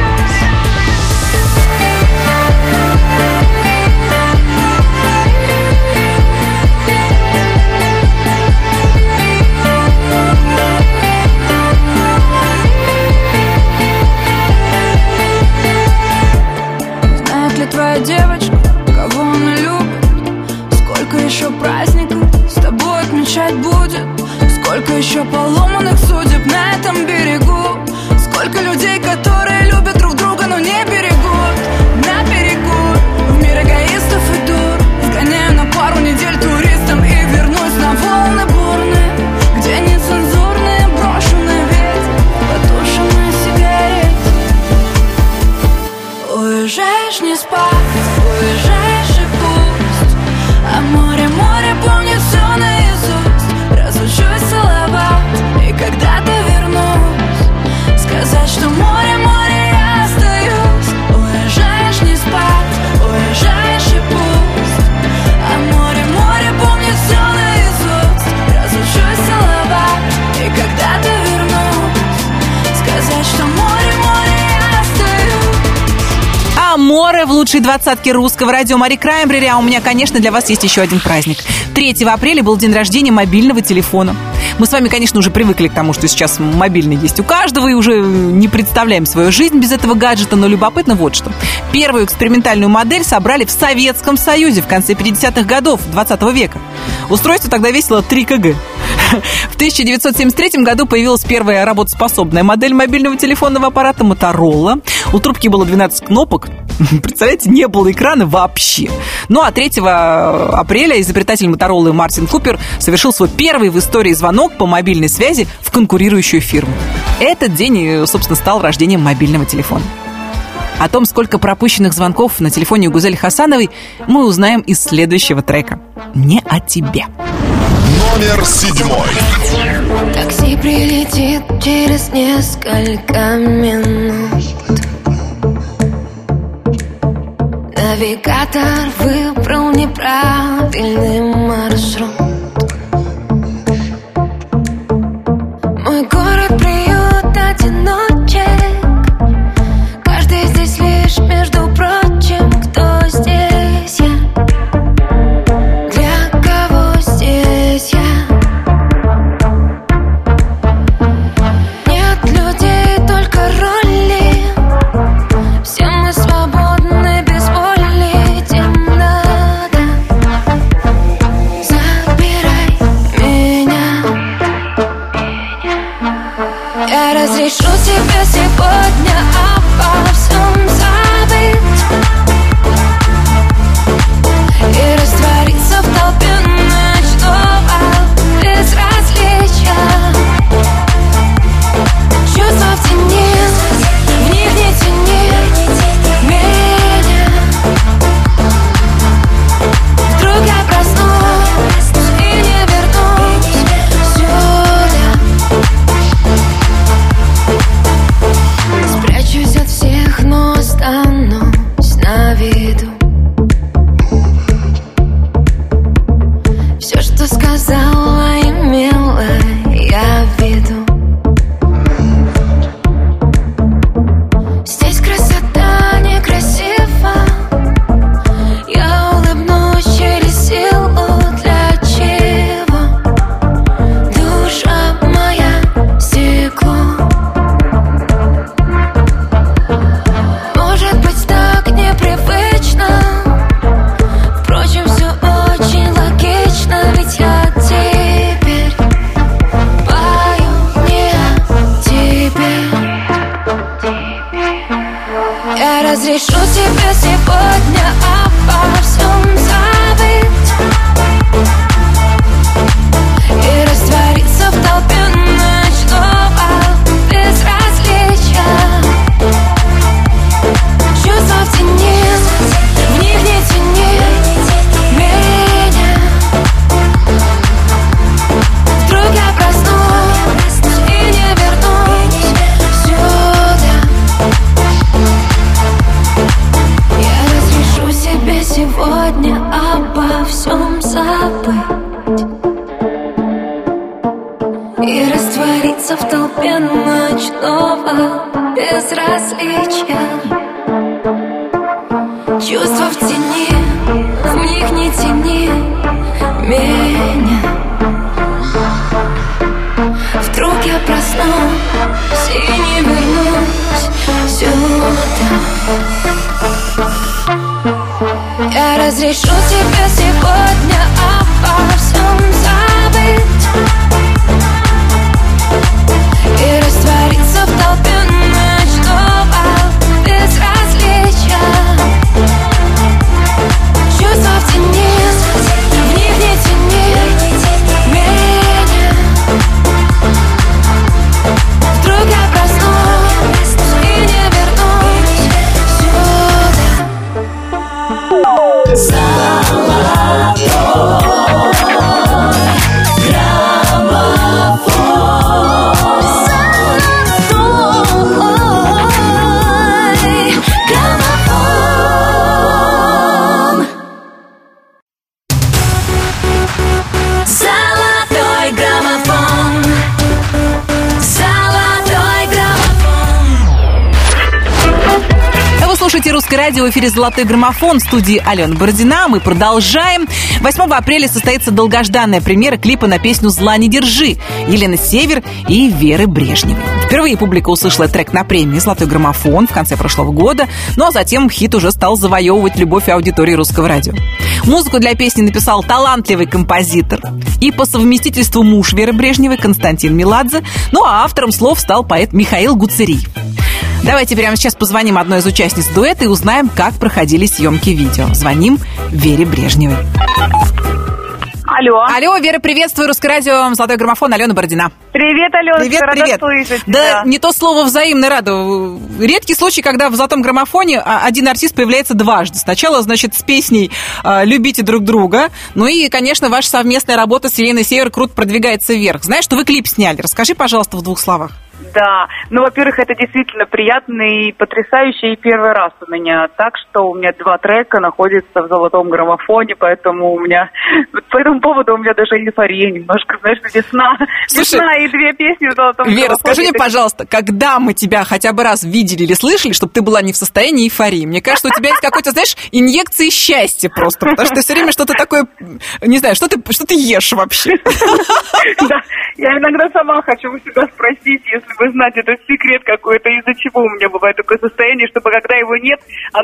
Знает ли твоя девочка, кого она любит? Сколько еще праздников с тобой отмечать будет? Сколько еще поломанных судеб на этом берегу? Сколько людей, которые любят друг друга, но не берегут? На берегу в мир эгоистов и дур сгоняю на пару недель туристом и вернусь на волны бурные, где нецензурные брошу на ветер потушенные сигареты. Уезжаешь не спать, уезжаешь и пусть, а море помнит все наизусть. Разучусь целовать и когда-то вернусь, сказать, что море я остаюсь. Уезжаешь не спать, уезжаешь и пусть, а море помнит все наизусть. Разучусь целовать и когда-то вернусь, сказать, что море я остаюсь. «Аморе» в лучшей двадцатке русского радио Мари Краймбрери. А у меня, конечно, для вас есть еще один праздник. 3 апреля был день рождения мобильного телефона. Мы с вами, конечно, уже привыкли к тому, что сейчас мобильный есть у каждого, и уже не представляем свою жизнь без этого гаджета, но любопытно вот что. Первую экспериментальную модель собрали в Советском Союзе в конце 50-х годов 20 века. Устройство тогда весило 3 кг. В 1973 году появилась первая работоспособная модель мобильного телефонного аппарата Motorola. У трубки было 12 кнопок. Представляете, не было экрана вообще. Ну а 3 апреля изобретатель Motorola Мартин Купер совершил свой первый в истории звонок по мобильной связи в конкурирующую фирму. Этот день, собственно, стал рождением мобильного телефона. О том, сколько пропущенных звонков на телефоне у Гузели Хасановой, мы узнаем из следующего трека. «Не о тебе». Номер 7. Такси прилетит через несколько минут. Навигатор выбрал неправильный маршрут. Мой город приют одиночек. Каждый здесь лишь между прочим. Кто здесь я? Для кого здесь я? Нет людей, только роли. Все мы свободны, без воли. Темнота, забирай меня. Я разрешу тебе сегодня обо всем забыть и раствориться в толпе ночного безразличия. Чувства в тени, в них не тяни меня. Вдруг я проснусь и не вернусь сюда. Спрячусь разрешу тебе сегодня обо всем забыть и раствориться в толпе ночного безразличия. Чувства в тени, в них не тяни меня. Вдруг я проснусь и не вернусь сюда. Я разрешу себе сегодня обо всем забыть и раствориться в толпе ночного безразличия. Чувства в тени, в них не тяни меня. Вдруг я проснусь и не вернусь сюда. Я разрешу тебе сегодня обо всем забыть и раствориться в толпе ночного безразличия. Чувства в тени, в них не тяни меня. Вдруг я проснусь и не вернусь сюда. Слушайте «Русское радио», в эфире «Золотой граммофон», в студии Алена Бородина. Мы продолжаем. 8 апреля состоится долгожданная премьера клипа на песню «Зла не держи» Елены Север и Веры Брежневой. Впервые публика услышала трек на премии «Золотой граммофон» в конце прошлого года, ну а затем хит уже стал завоевывать любовь аудитории «Русского радио». Музыку для песни написал талантливый композитор и по совместительству муж Веры Брежневой Константин Меладзе, ну а автором слов стал поэт Михаил Гуцерий. Давайте прямо сейчас позвоним одной из участниц дуэта и узнаем, как проходили съемки видео. Звоним Вере Брежневой. Алло. Алло, Вера, приветствую. «Русское радио», «Золотой граммофон», Алена Бородина. Привет, Алена. Привет. Слышать да, не то слово «взаимно» рада. Редкий случай, когда в «Золотом граммофоне» один артист появляется дважды. Сначала, значит, с песней «Любите друг друга». Ну и, конечно, ваша совместная работа с Еленой Север круто продвигается вверх. Знаешь, что вы клип сняли? Расскажи, пожалуйста, в 2 словах. Да, ну, во-первых, это действительно приятно и потрясающе, и первый раз у меня. Так что у меня 2 трека находятся в «Золотом граммофоне», поэтому у меня, по этому поводу у меня даже эйфория немножко, знаешь, весна. Слушай, весна и 2 песни в «Золотом граммофоне». Вера, скажи мне, пожалуйста, когда мы тебя хотя бы раз видели или слышали, чтобы ты была не в состоянии эйфории? Мне кажется, у тебя есть какой-то, знаешь, инъекции счастья просто, потому что ты все время что-то такое, не знаю, что ты ешь вообще? Да, я иногда сама хочу у себя спросить, если вы знаете этот секрет какой-то, из-за чего у меня бывает такое состояние, чтобы когда его нет,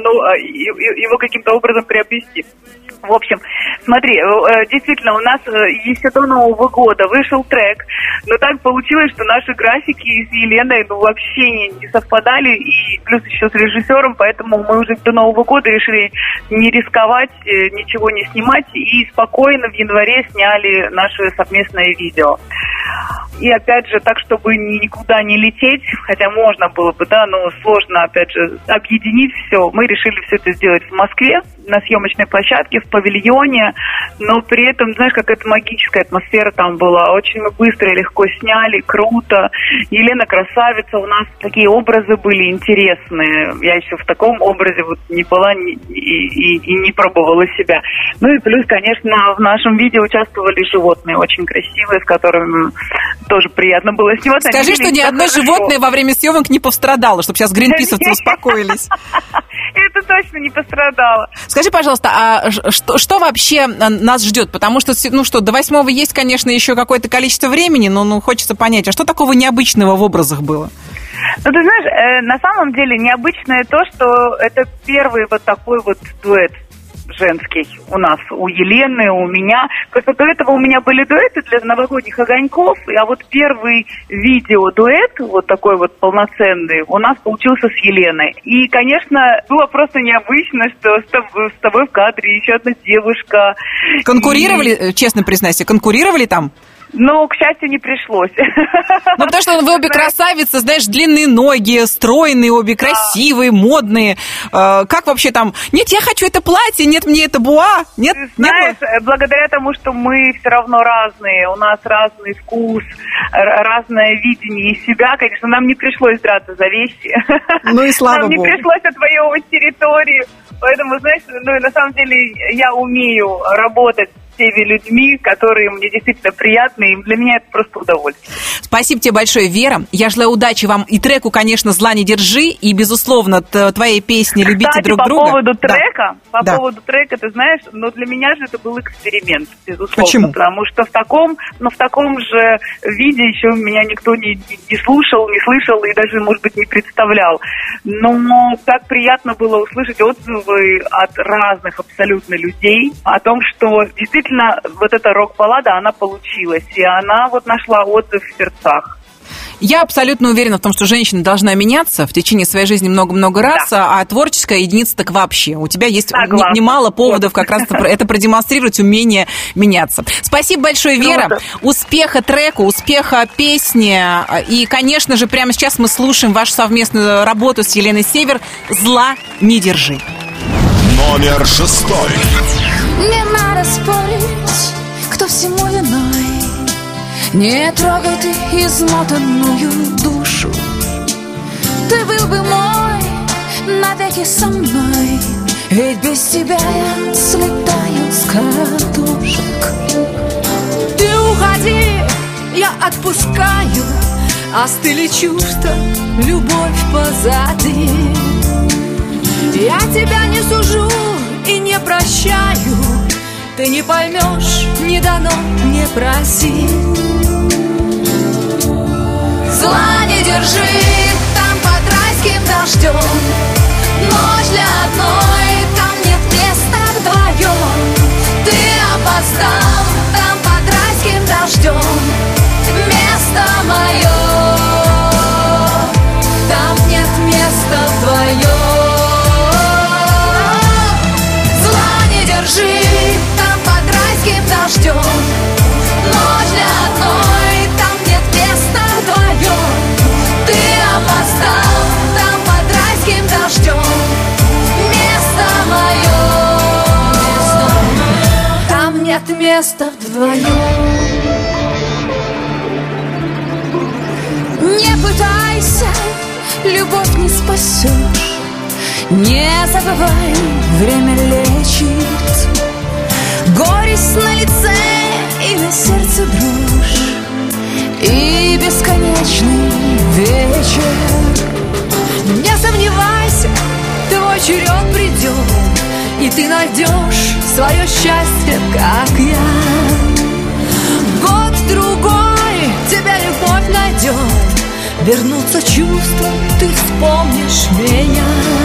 его каким-то образом приобрести. В общем, смотри, действительно, у нас еще до Нового года вышел трек, но так получилось, что наши графики с Еленой вообще не совпадали, и плюс еще с режиссером, поэтому мы уже до Нового года решили не рисковать, ничего не снимать, и спокойно в январе сняли наше совместное видео. И опять же, так, чтобы никуда не лететь, хотя можно было бы, да, но сложно, опять же, объединить все. Мы решили все это сделать в Москве, на съемочной площадке, в павильоне, но при этом, знаешь, какая-то магическая атмосфера там была. Очень мы быстро и легко сняли, круто. Елена красавица, у нас такие образы были интересные. Я еще в таком образе вот не была и не пробовала себя. Ну и плюс, конечно, в нашем видео участвовали животные очень красивые, с которыми тоже приятно было сниматься. Скажи, что ни одно животное во время съемок не пострадало, чтобы сейчас гринписовцы успокоились. Это точно не пострадало. Скажи, пожалуйста, а что вообще нас ждет? Потому что, до 8-го есть, конечно, еще какое-то количество времени, но хочется понять, а что такого необычного в образах было? Ну, ты знаешь, на самом деле необычное то, что это первый вот такой вот дуэт. женский у нас, у Елены, у меня. Просто до этого у меня были дуэты для новогодних огоньков, а вот первый видео-дуэт, вот такой вот полноценный, у нас получился с Еленой. И, конечно, было просто необычно, что с тобой в кадре еще одна девушка. Конкурировали, честно признайся, конкурировали там? Но, к счастью, не пришлось. Ну, потому что вы обе красавицы, знаешь, длинные ноги, стройные обе, красивые, модные. Как вообще там? Нет, я хочу это платье, нет, мне это буа. Нет, знаешь, благодаря тому, что мы все равно разные, у нас разный вкус, разное видение себя, конечно, нам не пришлось драться за вещи. Ну и слава Богу. Нам не пришлось отвоевывать территорию. Поэтому, знаешь, ну, на самом деле я умею работать с теми людьми, которые мне действительно приятны, и для меня это просто удовольствие. Спасибо тебе большое, Вера. Я желаю удачи вам и треку, конечно, «Зла не держи», и, безусловно, твоей песни «Любите Кстати, друг друга». По поводу трека, ты знаешь, но для меня же это был эксперимент, безусловно. Почему? Потому что в таком же виде еще меня никто не слушал, не слышал и даже, может быть, не представлял. Но так приятно было услышать отзывы от разных абсолютно людей о том, что действительно вот эта рок-баллада, она получилась, и она вот нашла отзыв в сердцах. Я абсолютно уверена в том, что женщина должна меняться в течение своей жизни много-много раз, да. А творческая единица так вообще. У тебя есть немало поводов как раз это продемонстрировать, умение меняться. Спасибо большое, Вера. Успеха треку, успеха песни. И, конечно же, прямо сейчас мы слушаем вашу совместную работу с Еленой Север «Зла не держи». Номер 6. Не надо спорить, кто всему виной. Не трогай ты измотанную душу. Ты был бы мой навеки со мной, ведь без тебя я слетаю с катушек. Ты уходи, я отпускаю, остыли чувства, любовь позади. Я тебя не сужу и не прощаю, ты не поймешь, не дано, не проси. Зла не держи, там под райским дождем. Ночь для одной, там нет места вдвоем. Ты опоздал, там под райским дождем. Место мое, там нет места вдвоем. Зла не держи, там под райским дождем. Ночь для одной, там нет места вдвоем. Ты опоздал, там под райским дождем. Место мое, там нет места вдвоем. Не пытайся, любовь не спасешь. Не забывай, время лечит. Горесть на лице и на сердце дрожь, и бесконечный вечер. Не сомневайся, твой черед придет, и ты найдешь свое счастье, как я. Год-другой тебя любовь найдет, вернутся чувства, ты вспомнишь меня.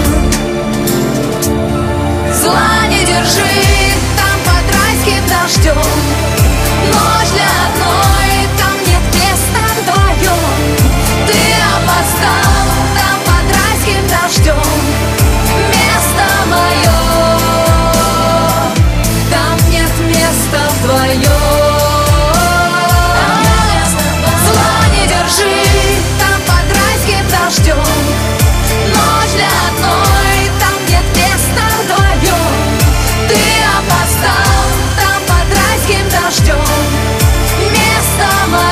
Зла не держи, там под райским дождем. Ночь для одной, там нет места вдвоем. Ты опоздал, там под райским дождем. Место мое, там нет места вдвоем. Зла не держи, там под райским дождем. Ночь для одной, там нет места вдвоем. Ты опоздал, там под райским дождем. Место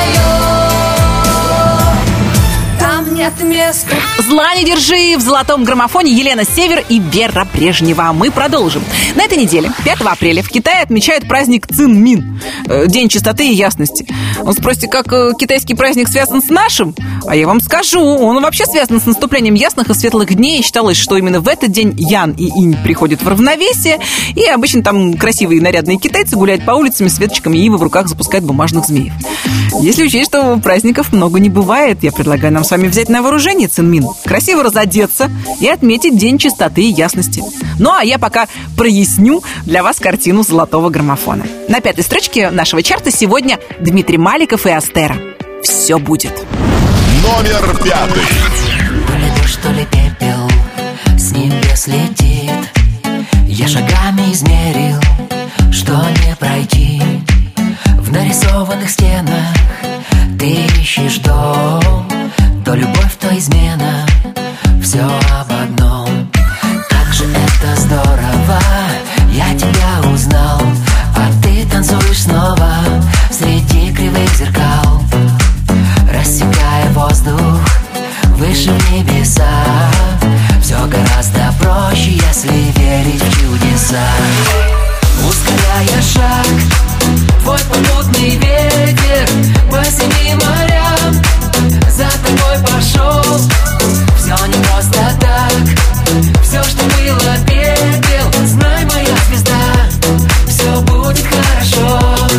мое, там нет места. «Зла не держи» в золотом граммофоне Елена Север и Вера Брежнева. Мы продолжим. На этой неделе, 5 апреля, в Китае отмечают праздник Цин Мин, День чистоты и ясности. Вы спросите, как китайский праздник связан с нашим? А я вам скажу, он вообще связан с наступлением ясных и светлых дней. Считалось, что именно в этот день Ян и Инь приходят в равновесие, и обычно там красивые нарядные китайцы гуляют по улицам с веточками ивы в руках, запускают бумажных змеев. Если учесть, что праздников много не бывает, я предлагаю нам с вами взять на вооружение, Цинмин. Красиво разодеться и отметить День чистоты и ясности. Ну, а я пока проясню для вас картину золотого граммофона. На 5-й строчке нашего чарта сегодня Дмитрий Маликов и Астера. «Все будет». Номер 5. То ли дождь, то ли пепел с небес летит. Я шагами измерил, что не пройти. В нарисованных стенах ты ищешь дом. То любовь, то измена, все об одном. Как же это здорово, я тебя узнал. А ты танцуешь снова среди кривых зеркал, рассекая воздух выше в небеса. Все гораздо проще, если верить в чудеса. Ускоряя шаг, твой попутный ветер по семи морям за тобой пошел. Все не просто так, все, что было пепел. Знай, моя звезда, все будет хорошо.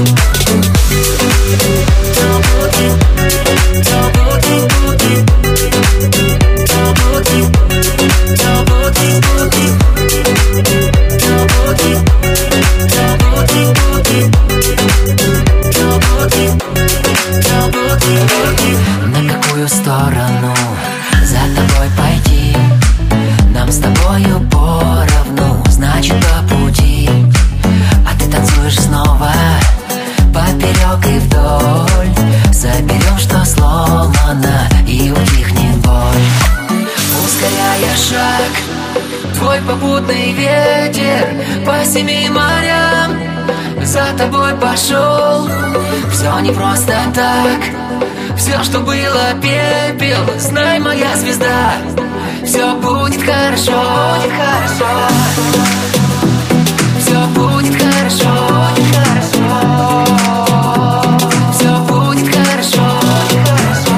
На какую сторону за тобой пойти? Нам с тобою поровну, значит по пути. А ты танцуешь снова поперек и вдоль. Соберем, что сломано, и утихнет боль. Ускоряя шаг, твой попутный ветер по семи морям за тобой пошел. Все не просто так, все, что было пепел. Знай, моя звезда, все будет хорошо, будет хорошо. Все будет хорошо, будет хорошо. Все будет хорошо, будет хорошо.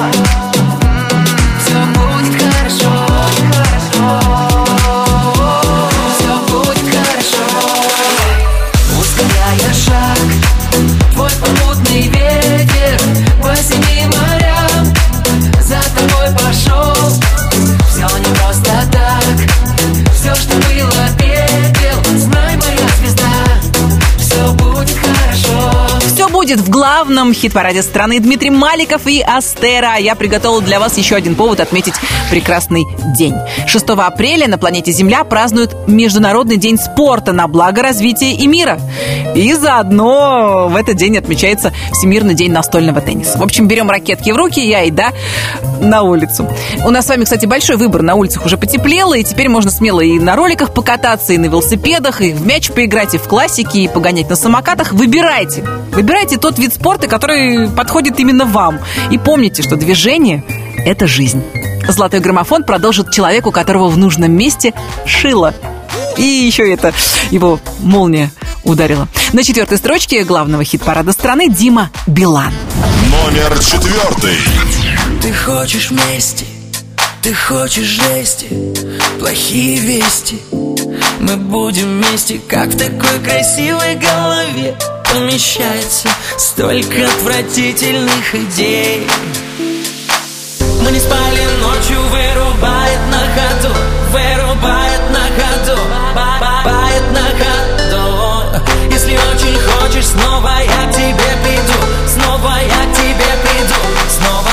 Все будет хорошо, будет хорошо. Все будет хорошо. Ускоряя шаг, твой попутный ветер по семи морям за тобой пошел. Все не просто так, все, что было пепел. Знай, моя звезда, все будет хорошо. Все будет в главном хит-параде страны. Дмитрий Маликов и Астера. Я приготовила для вас еще один повод отметить прекрасный день. 6 апреля на планете Земля празднуют Международный день спорта на благо развития и мира. И заодно в этот день отмечается Всемирный день настольного тенниса. В общем, берем ракетки в руки, я и на улицу. У нас с вами, кстати, большой выбор. На улицах уже потеплело, и теперь можно смело и на роликах покататься, и на велосипедах, и в мяч поиграть, и в классике, и погонять на самокатах. Выбирайте. Выбирайте тот вид спорта, который подходит именно вам. И помните, что движение – это жизнь. Золотой граммофон продолжит человек, у которого в нужном месте шило. И еще это его молния ударила. На 4-й строчке главного хит-парада страны Дима Билан. Номер 4. Ты хочешь мести, ты хочешь жести, плохие вести. Мы будем вместе, как в такой красивой голове помещается столько отвратительных идей. Мы не спали ночью, вырубает на ходу, вырубает на ходу, бает на ходу. Если очень хочешь, снова я к тебе приду, снова я к тебе приду, снова.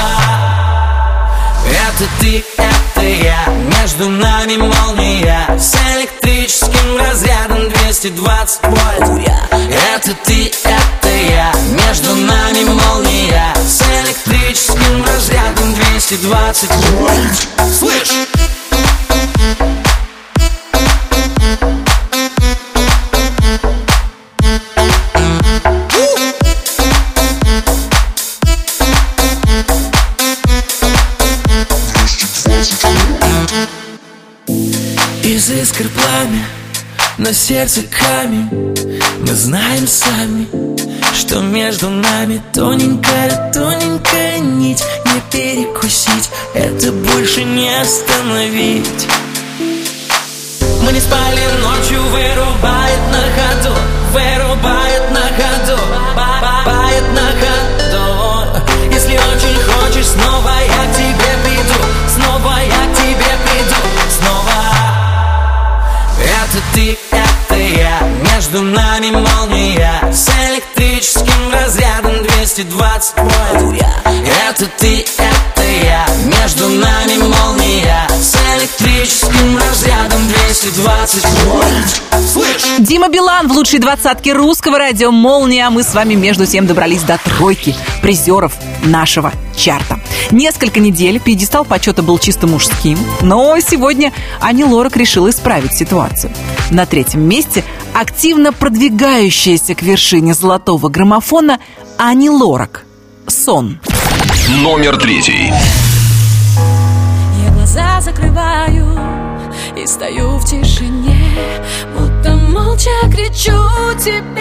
Это ты, это я, между нами молния с электрическим разрядом 220 вольт. Это ты, это я, между нами молния с электрическим разрядом 220 вольт. Слышь! Из искр пламя, на сердце камень. Мы знаем сами, что между нами тоненькая, тоненькая нить. Не перекусить, это больше не остановить. Мы не спали ночью, вырубает на ходу, вырубает на ходу, бает на ходу. Если очень хочешь, снова я к тебе приду, 220 мой. Это ты, это я, между нами молния. С электрическим разрядом 220 вольт. Слышь? Дима Билан в лучшей двадцатке русского радио «Молния». Мы с вами между тем добрались до тройки призеров нашего чарта. Несколько недель пьедестал почета был чисто мужским, но сегодня Ани Лорак решила исправить ситуацию. На третьем месте активно продвигающаяся к вершине золотого граммофона Ани Лорак. «Сон». Номер 3. Я глаза закрываю и стою в тишине, будто молча кричу тебе.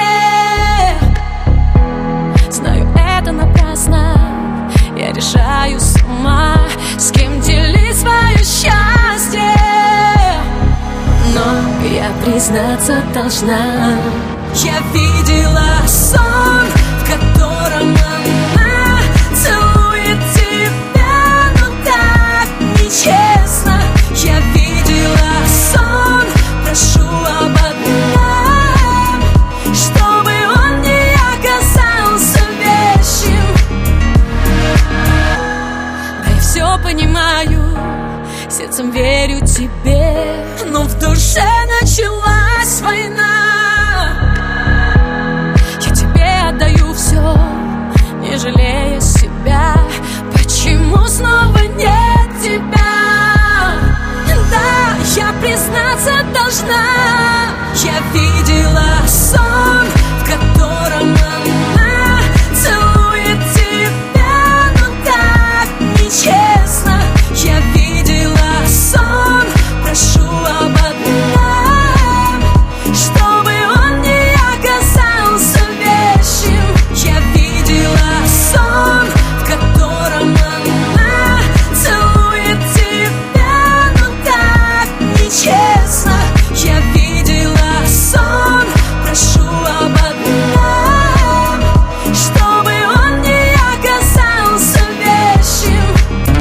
Знаю, это напрасно, я решаю сама, с кем делить свое счастье. Но я признаться должна, я видела сон, в котором она целует тебя, но так нечестно. Я видела сон, прошу об одном, чтобы он не оказался вещим. Да я все понимаю, сердцем верю тебе, но в душе началась война. Я тебе отдаю все, не жалея себя. Почему снова нет тебя? Да, я признаться должна, я видела сон, в котором она целует тебя, но так нечестно. Я видела сон, прошу об одном, чтобы он не оказался вещим. Я видела сон, в котором она целует тебя, но так нечестно. Я видела сон, прошу об одном, чтобы он не оказался вещим.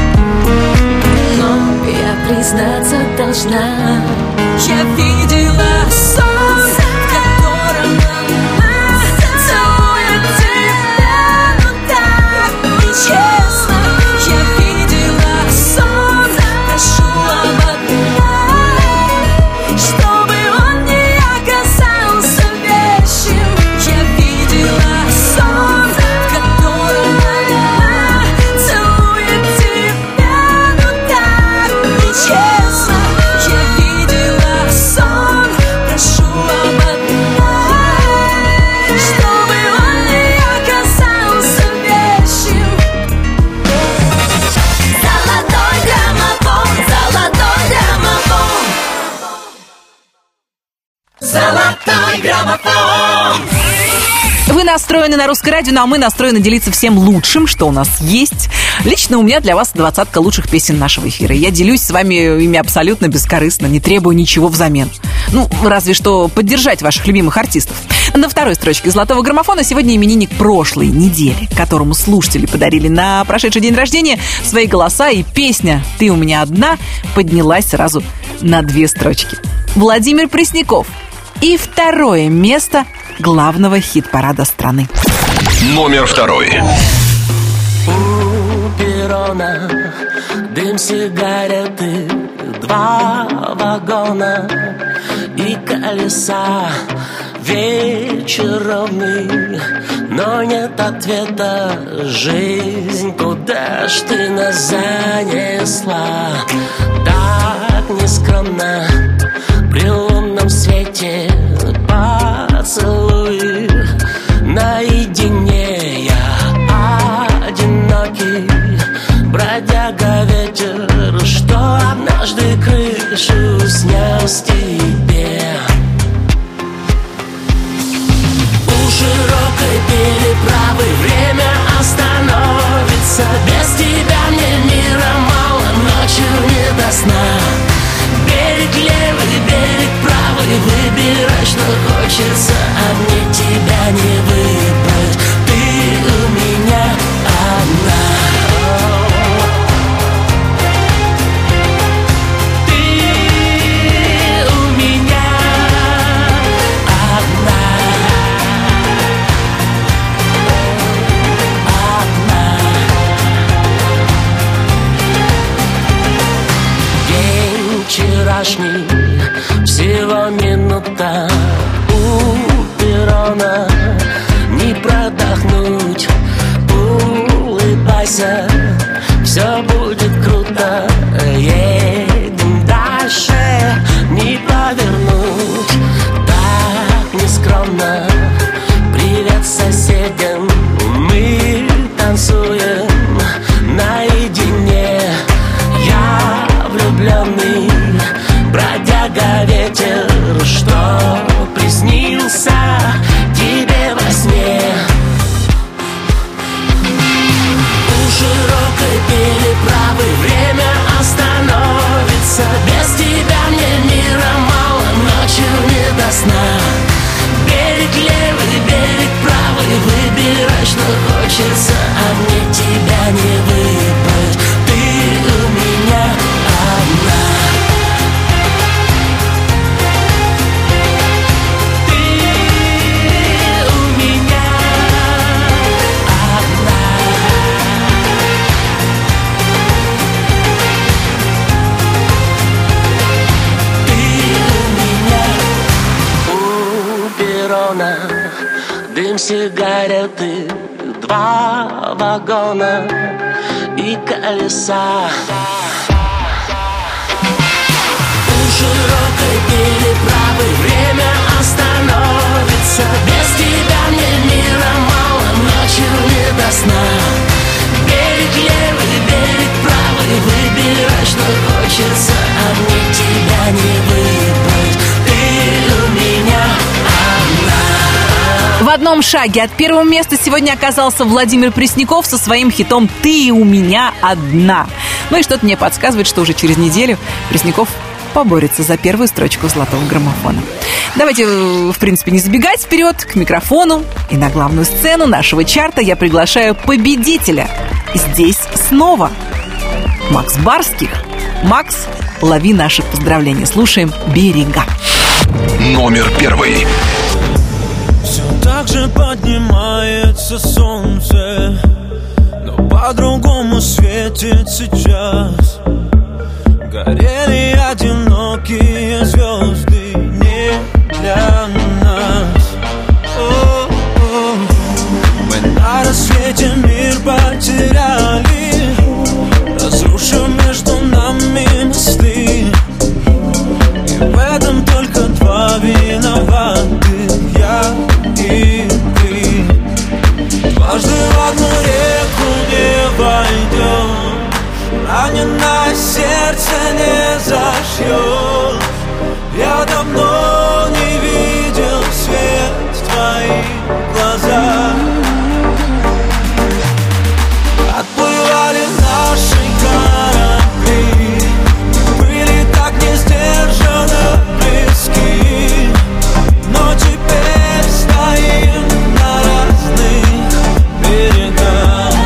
Но я признаться должна, я видела сон, в котором она целует тебя, но так нечестно. Я видела сон, прошу об одном, чтобы он не оказался вещим. Я видела сон, в котором она целует тебя, но так нечестно. Я видела сон, прошу об одном, чтобы он не оказался вещим. Золотой граммофон, золотой граммофон. Золотой граммофон. Вы настроены на Русское радио, ну а мы настроены делиться всем лучшим, что у нас есть. Лично у меня для вас двадцатка лучших песен нашего эфира. Я делюсь с вами ими абсолютно бескорыстно, не требую ничего взамен. Ну, разве что поддержать ваших любимых артистов. На второй строчке золотого граммофона сегодня именинник прошлой недели, которому слушатели подарили на прошедший день рождения свои голоса, и песня «Ты у меня одна» поднялась сразу на 2 строчки. Владимир Пресняков. И второе место главного хит-парада страны. Номер 2. У перрона дым сигареты, 2 вагона и колеса. Вечер ровный, но нет ответа. Жизнь, куда ж ты нас занесла? Так нескромно при лунном свете поцелуй наедине. Я одинокий бродяга ветер, что однажды крышу снес тебе. У широкой переправы время остановится. Без тебя мне мира мало, ночью не до сна. Берег левый, берег правый, выбирай, что хочется, а мне тебя не выбрать. Ты у меня одна. башни всего минута. У перрона не продохнуть. Улыбайся, все будет круто. Едем дальше, не повернуть. Так нескромно. Привет соседям, мы танцуем наедине. Я влюбленный бродяга ветер, что приснился тебе во сне. У широкой переправы время остановится. Без тебя мне мира мало, ночью не до сна. Берег левый, берег правый, выбирай, что хочется, а мне тебя не выбрать. Ты у меня одна. Дым сигареты, 2 вагона и колеса. У широкой переправы время остановится. Без тебя мне мира мало, ночью не до сна. Берег левый, берег правый, выбирай, что хочется, а мне тебя не выбрать. Ты у меня одна. В одном шаге от первого места сегодня оказался Владимир Пресняков со своим хитом «Ты у меня одна». Ну и что-то мне подсказывает, что уже через неделю Пресняков поборется за первую строчку золотого граммофона. Давайте, в принципе, не забегать вперед к микрофону. И на главную сцену нашего чарта я приглашаю победителя. Здесь снова Макс Барских. Макс, лови наши поздравления. Слушаем «Берега». Номер 1. Все так же поднимается солнце, но по-другому светит сейчас. Горели одинокие звезды не для нас. О-о-о. Мы на рассвете мир потеряли, разрушив между нами мосты. И в этом только 2 виноваты, я и ты. Дважды в одну реку не войдешь, раненое сердце не зашьет. Я давно не видел свет в твоих глазах. Отплывали наши корабли, были так не сдержаны близки, но теперь стоим на разных берегах.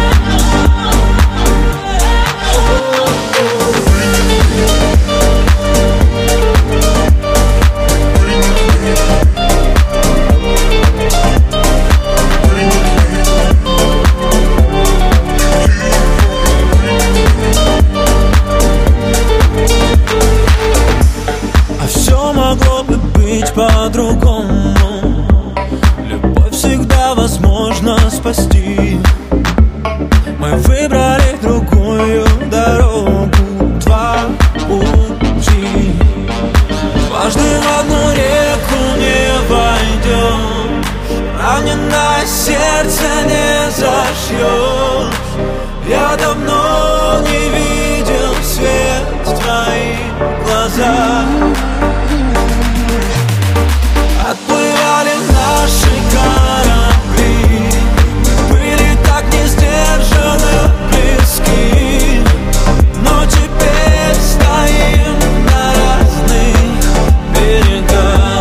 Могло бы быть по-другому. Любовь всегда возможно спасти. Мы выбрали другую дорогу, 2 пути. Дважды в одну реку не войдешь, раненое сердце не зашьешь. Я давно не видел свет в твоих глазах. Отплывали наши корабли, были так не сдержаны близки, но теперь стоим на разных берегах.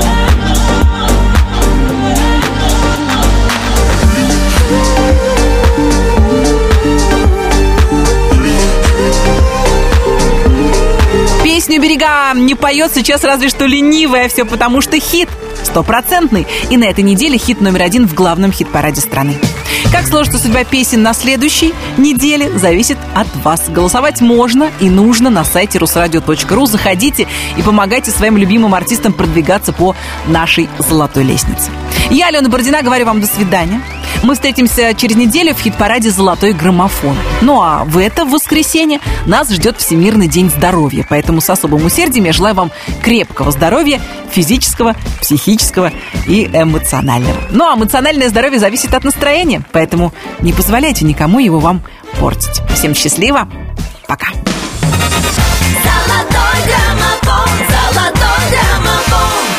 Песню «Берега» не поет сейчас разве что ленивая, все потому что хит 100%. И на этой неделе хит номер 1 в главном хит-параде страны. Как сложится судьба песен на следующей неделе, зависит от вас. Голосовать можно и нужно на сайте rusradio.ru. Заходите и помогайте своим любимым артистам продвигаться по нашей золотой лестнице. Я, Алена Бородина, говорю вам до свидания. Мы встретимся через неделю в хит-параде «Золотой граммофон». Ну а в это воскресенье нас ждет Всемирный день здоровья. Поэтому с особым усердием я желаю вам крепкого здоровья, физического, психического и эмоционального. Ну а эмоциональное здоровье зависит от настроения, поэтому не позволяйте никому его вам портить. Всем счастливо, пока. Золотой граммофон, золотой граммофон.